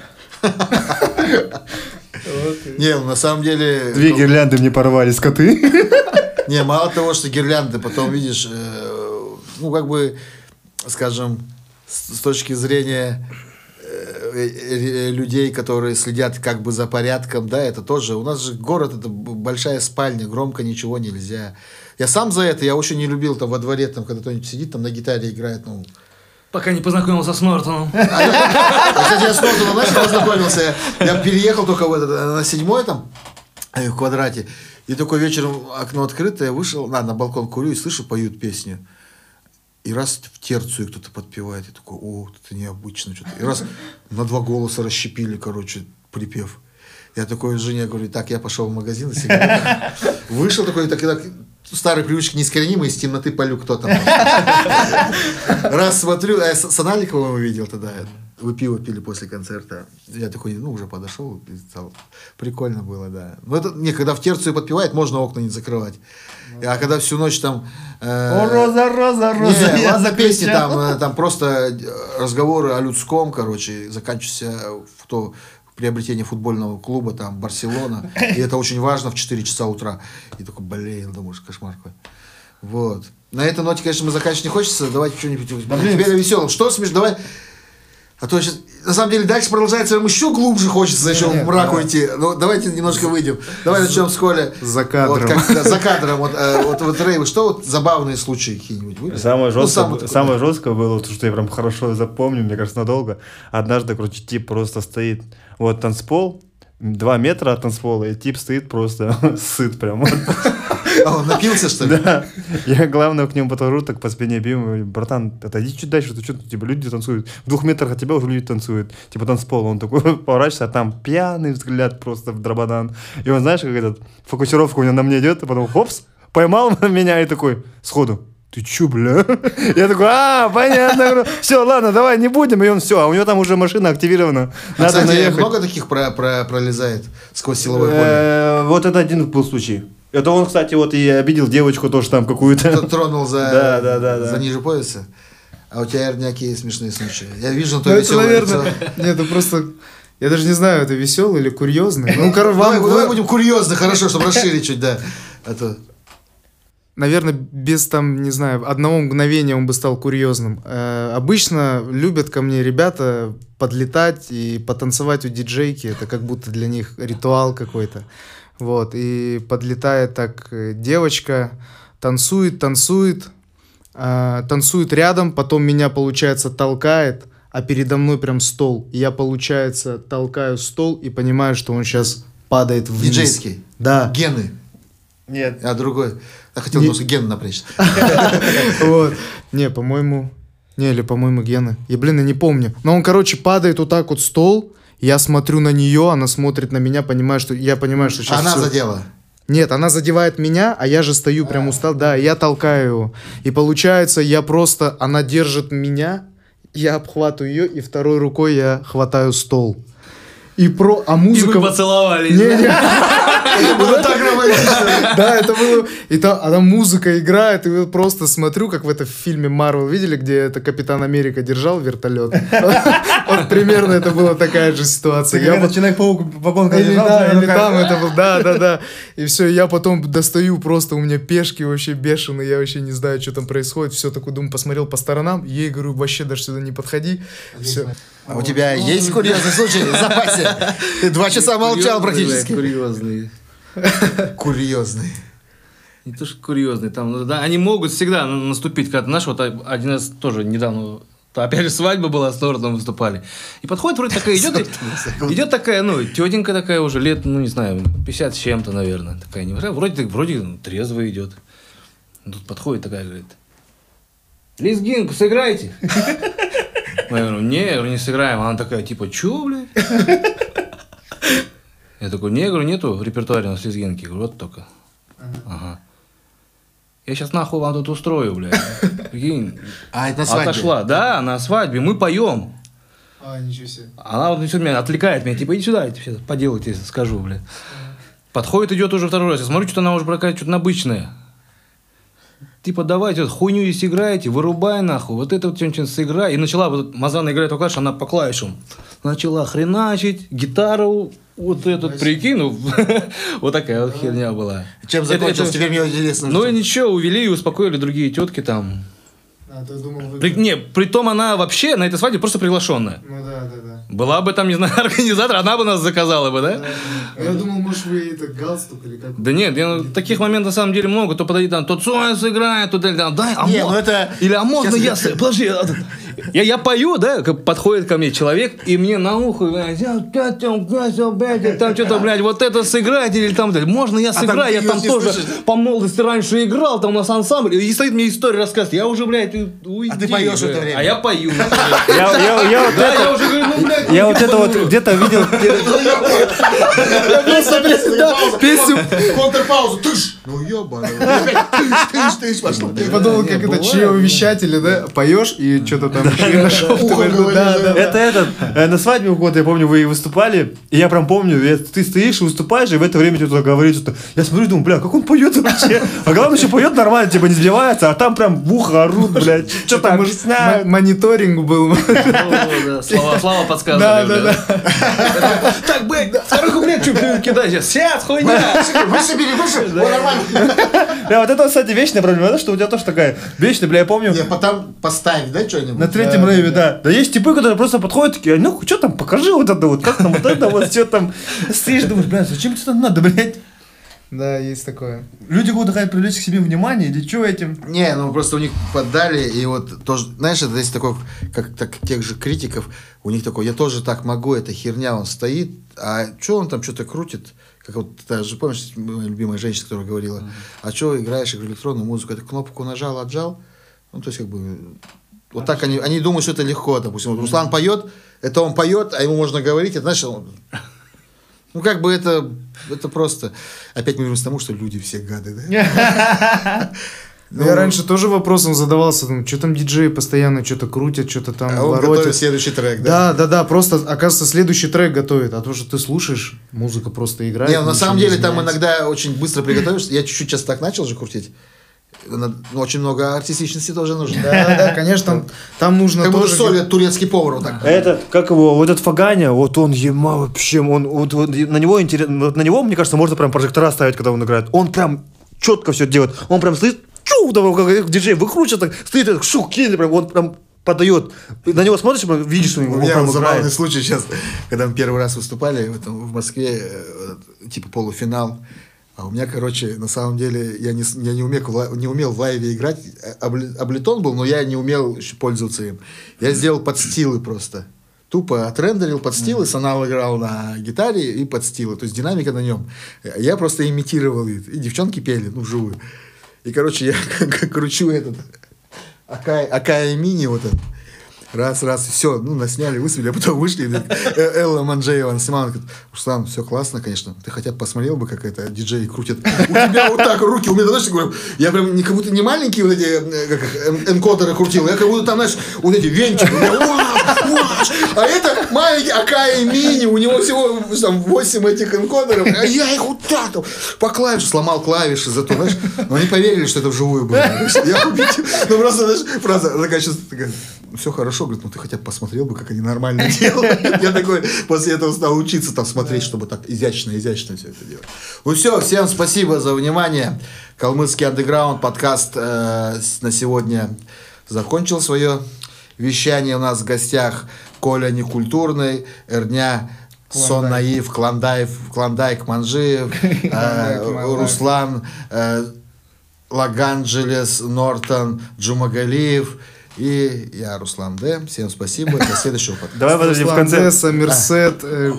Не, на самом деле... Две гирлянды мне порвали скоты. Не, мало того, что гирлянды, потом видишь, э, ну, как бы, скажем, с, с точки зрения э, э, людей, которые следят как бы за порядком, да, это тоже, у нас же город, это большая спальня, громко ничего нельзя. Я сам за это, я очень не любил там во дворе, там, когда кто-нибудь сидит, там на гитаре играет, ну... Пока не познакомился с Нортоном. Кстати, я с Нортоном, знаешь, познакомился, я переехал только в этот, на седьмой там, в квадрате. И такой вечером окно открыто, я вышел, на, на балкон курю и слышу, поют песню. И раз в терцию кто-то подпевает, я такой, о, это необычно что-то. И раз на два голоса расщепили, короче, припев. Я такой жене говорю, так, я пошел в магазин, вышел такой, так, так, старые привычки неискоренимые, из темноты полю, кто там. Раз смотрю, а я Саналикова увидел тогда. вы пиво пили после концерта. Я такой, ну, уже подошел, и стал. Прикольно было, да. Но это, не, когда в терцию подпевает, можно окна не закрывать. А когда всю ночь там... Э, О, роза, роза, роза, не, я ладно, песни закричал. там, э, там просто разговоры о людском, короче, заканчиваются в то приобретение футбольного клуба, там, Барселона. И это очень важно в четыре часа утра. И такой, блин, думаешь, кошмар какой. Вот. На этой ноте, конечно, мы заканчивать не хочется. Давайте что-нибудь Да, блин. теперь о веселом. Что смешно? Давай... А то сейчас, на самом деле, дальше продолжается, нам еще глубже хочется, еще в мрак уйти. Ну, давайте немножко выйдем. Давай начнем с Коля. За кадром. Вот, как, да, за кадром. Вот, э, вот, вот рейвы. Что вот забавные случаи какие-нибудь были? Самое Ну, жесткое, самое такое, самое да. жесткое было, то, что я прям хорошо запомню, мне кажется, надолго. Однажды, короче, тип просто стоит, вот танцпол, два метра от танцпола, и тип стоит просто сыт прям. А он напился, что ли? Да. Я, главное, к нему подхожу, так по спине бью, говорю, братан, отойди чуть дальше, ты что, типа, люди танцуют. В двух метрах от тебя уже люди танцуют. Типа, танцпол. Он такой поворачивается, а там пьяный взгляд просто в драбадан. И он, знаешь, как этот, фокусировка у него на мне идет, и потом, хопс, поймал меня и такой, сходу, ты чё, бля? Я такой, а, понятно. Все, ладно, давай, не будем. И он все, а у него там уже машина активирована. А, Надо кстати, наехать. много таких про, про, пролезает сквозь силовое поле? Э, Вот это один был случай. Это он, кстати, вот и обидел девочку тоже там какую-то. Кто тронул за, Да, да, да, за да. ниже пояса? А у тебя, Эрня, какие смешные случаи? Я вижу на Ну, твое это, веселое наверное... лицо. Нет, это просто... Я даже не знаю, это веселый или курьезный. Ну, короче, Давай, вам... давай будем курьезно, хорошо, чтобы расширить чуть, да. А то... Наверное, без там, не знаю, одного мгновения он бы стал курьезным. Э, обычно любят ко мне ребята подлетать и потанцевать у диджейки. Это как будто для них ритуал какой-то. Вот. И подлетает так э, девочка, танцует, танцует, э, танцует рядом, потом меня, получается, толкает, а передо мной прям стол. И я, получается, толкаю стол и понимаю, что он сейчас падает вниз. Диджейский. Да. Гены. Нет. А другой. Я хотел Не- немножко гены напрячь. Вот. Не, по-моему... Не, или, по-моему, Гены. Я, блин, я не помню. Но он, короче, падает вот так вот стол. Я смотрю на нее, она смотрит на меня, понимаю, что... Я понимаю, что сейчас Она всё. задела. Нет, она задевает меня, а я же стою прям устал. Да, я толкаю его. И получается, я просто... Она держит меня, я обхватываю ее, и второй рукой я хватаю стол. И про... А И музыка... вы поцеловались. Не, не. Это было так романтично. Да, это было... И там, а там музыка играет, и я просто смотрю, как в этом фильме Марвел, видели, где это Капитан Америка держал вертолет? Вот примерно это была такая же ситуация. Я вот- Человек-паук вагон Или да, или там это был, да, да, да. И все, я потом достаю, просто у меня пешки вообще бешеные, я вообще не знаю, что там происходит. Все, такой думаю, посмотрел по сторонам, ей говорю, вообще даже сюда не подходи. Все. А у тебя есть курьезный случай в запасе? Ты два часа молчал практически. Курьезный. Курьезный. Не то, что курьезный. Там, ну, да, они могут всегда на- наступить. Как знаешь, вот один раз тоже недавно, то опять же свадьба была, с тортом выступали. И подходит вроде такая, идет, и- идет такая, ну, тетенька такая уже, лет, ну, не знаю, пятьдесят с чем-то, наверное. Такая, не вроде, так- вроде ну, трезво идет. Тут подходит такая, говорит, лезгинку сыграйте. Я говорю, не, я говорю, не сыграем. Она такая, типа, чё, блядь? Я такой, не, я говорю, нету в репертуаре у нас лезгинки. Я говорю, вот только. Ага. Я сейчас нахуй вам тут устрою, блядь. Прикинь. А, это на свадьбе? Отошла. Да, на свадьбе. Мы поем. А, ничего себе. Она вот все меня отвлекает меня, типа, иди сюда, я тебе сейчас поделайте, скажу, блядь. Подходит, идет уже второй раз. Я смотрю, что-то она уже прокатит, что-то обычное. Типа, давайте, вот, хуйню здесь играете, вырубай нахуй, вот это вот что-нибудь сыграй. И начала, вот Мазана играет по клавишам, она по клавишам. Начала хреначить, гитару, вот этот, прикинь, ну, вот такая вот херня была. Чем Это- закончилось? это- Теперь мне интересно. Ну что- и ничего, увели и успокоили другие тетки там. А, ты думал, вы... При, не, притом она вообще на этой свадьбе просто приглашенная. Ну да, да, да. Была бы там, не знаю, организатор, она бы нас заказала бы, да? Я думал, может, вы это галстук или как? Да нет, я, ну, таких моментов на самом деле много. То подойди там, то Цоя сыграет, то там, дай, а Не, мо- ну это- Или а можно Сейчас- я... с- Подожди, а, я, я пою, да, как подходит ко мне человек, и мне на ухо, блядь, «Я, блядь, там, блядь, там что-то, блядь, вот это сыграть, или там, блядь, можно я там сыграю, я ты там её не тоже слышишь? по молодости раньше играл, там у нас ансамбль, и стоит мне историю рассказывать, я уже, блядь, уйди. А ты поешь в это блядь. время? А я пою. Я, я, я вот Да, это, я уже говорю, ну, блядь, я вот это вот где-то видел. Песню... Контрпаузу. Тыш! Ну ебаный. Опять тыш, тыш, тыш пошло. Я подумал, как это чревовещатели, да? Поешь и что-то там Ухо говоришь, да, да. Это этот, э, на свадьбе у кого-то, я помню, вы выступали, и я прям помню, я- ты стоишь и выступаешь, и в это время тебе кто-то говорит, что я смотрю, думаю, бля, как он поет вообще? А главное, еще поет нормально, типа не сбивается, а там прям в ухо орут, блядь, что там М- объясняют. Мониторинг был. О, да, Слова слова Да, подсказывали, да, блядь. Так, блядь, второй куплет, что кидай сейчас? Сейчас, хуйня! Выше бери, выше. О, нормально. Да, вот это, кстати, вечная проблема, да, что у тебя тоже такая вечная, бля, я помню, Не, потом поставь, да, что-нибудь? на третьем рейве, да. Да есть типы, которые просто подходят, такие, ну, что там, покажи вот это вот, как там, вот это вот, что там. Стоишь, думаешь, бля, зачем тебе это надо, блядь? Да, есть такое. Люди будут хотят привлечь к себе внимание, или что этим? Не, ну просто у них поддали, и вот тоже, знаешь, это есть такой, как так, тех же критиков, у них такой, я тоже так могу, это херня, он стоит, а что он там что-то крутит, как вот, ты же помнишь, моя любимая женщина, которая говорила, а что играешь электронную музыку, это кнопку нажал, отжал, ну, то есть, как бы, вот так они, они думают, что это легко, допустим, вот Руслан поет, это он поет, а ему можно говорить, это, знаешь, он... Ну, как бы это, это просто... Опять мы вернемся к тому, что люди все гады, да? Ну, я раньше тоже вопросом задавался, думаю, что там диджеи постоянно что-то крутят, что-то там А он готовит воротят. следующий трек, да? Да, да, да, просто, оказывается, следующий трек готовит, а то, что ты слушаешь, музыка просто играет. Не, ну, на ничего самом не деле там изменяется. иногда очень быстро приготовишься. Я чуть-чуть сейчас так начал же крутить. Ну, очень много артистичности тоже нужно. Да, да, конечно, там, там нужно Как будто тоже... соль турецкий повар вот так. Этот, как его, вот этот Фаганя, вот он, ема, вообще, он, вот, вот на него интересно, вот на него, мне кажется, можно прям прожектора ставить, когда он играет. Он прям четко все делает. Он прям стоит, чу, там, как диджей выкручивает, так, стоит, так, шух, кинет, прям, он прям подает. На него смотришь, прям видишь, что У он меня прям вот забавный играет. случай сейчас, когда мы первый раз выступали в, этом, в Москве, э, типа полуфинал. А у меня, короче, на самом деле, я не, с- я не, умел, в лай- не умел в лайве играть. Абли- Аблетон был, но я не умел еще пользоваться им. Я сделал подстилы просто. Тупо отрендерил подстилы, Санал играл на гитаре и подстилы. То есть динамика на нем. Я просто имитировал их. И девчонки пели, ну, вживую. И, короче, я кручу этот Акай, Акай Мини вот этот. Раз, раз, все, ну, насняли, высвели, а потом вышли, и Э- Элла Манджеева снимала, говорит, Руслан, все классно, конечно, ты хотя бы посмотрел бы, как это диджей крутит. У тебя вот так руки, у меня, знаешь, говорю, я прям не, как будто не маленькие вот эти э, как, их, эн- энкодеры крутил, я как будто там, знаешь, вот эти венчики, у меня, уа, уа, а это маленький Акай Мини, у него всего там восемь этих энкодеров, а я их вот так там по клавишу сломал клавиши, зато, знаешь, но они поверили, что это вживую было. Я убедил, ну просто, знаешь, фраза такая, сейчас такая, все хорошо, говорит, ну ты хотя бы посмотрел бы, как они нормально делают. Я такой после этого стал учиться там смотреть, чтобы так изящно, изящно все это делать. Ну все, всем спасибо за внимание. Калмыцкий андеграунд подкаст э, с- на сегодня закончил свое вещание. У нас в гостях Коля Некультурный, Эрня Сон Наив, Кландаев, Клондайк Манжиев, э, Руслан э, Лаганджелес, Нортон, Джумагалиев и я, Руслан Д. Всем спасибо. До следующего подкаста. Давай, подожди, в Руслан конце. Десса, Мерсет, э,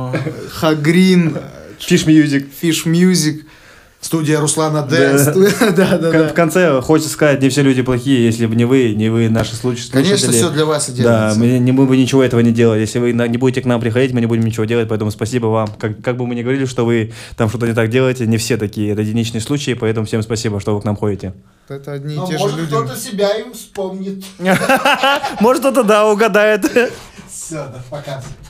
Хагрин, Фиш Music. Фиш Мьюзик. Студия Руслана Д. Да. Да, да, В да. конце хочется сказать, не все люди плохие, если бы не вы, не вы, наши слушатели. Конечно, все для вас и Да, делается. мы, не, мы бы ничего этого не делали. Если вы на- не будете к нам приходить, мы не будем ничего делать, поэтому спасибо вам. Как, как бы мы ни говорили, что вы там что-то не так делаете, не все такие, это единичные случаи, поэтому всем спасибо, что вы к нам ходите. Это одни и Но те же может люди. кто-то себя и вспомнит. Может, кто-то, да, угадает. Все, да, пока.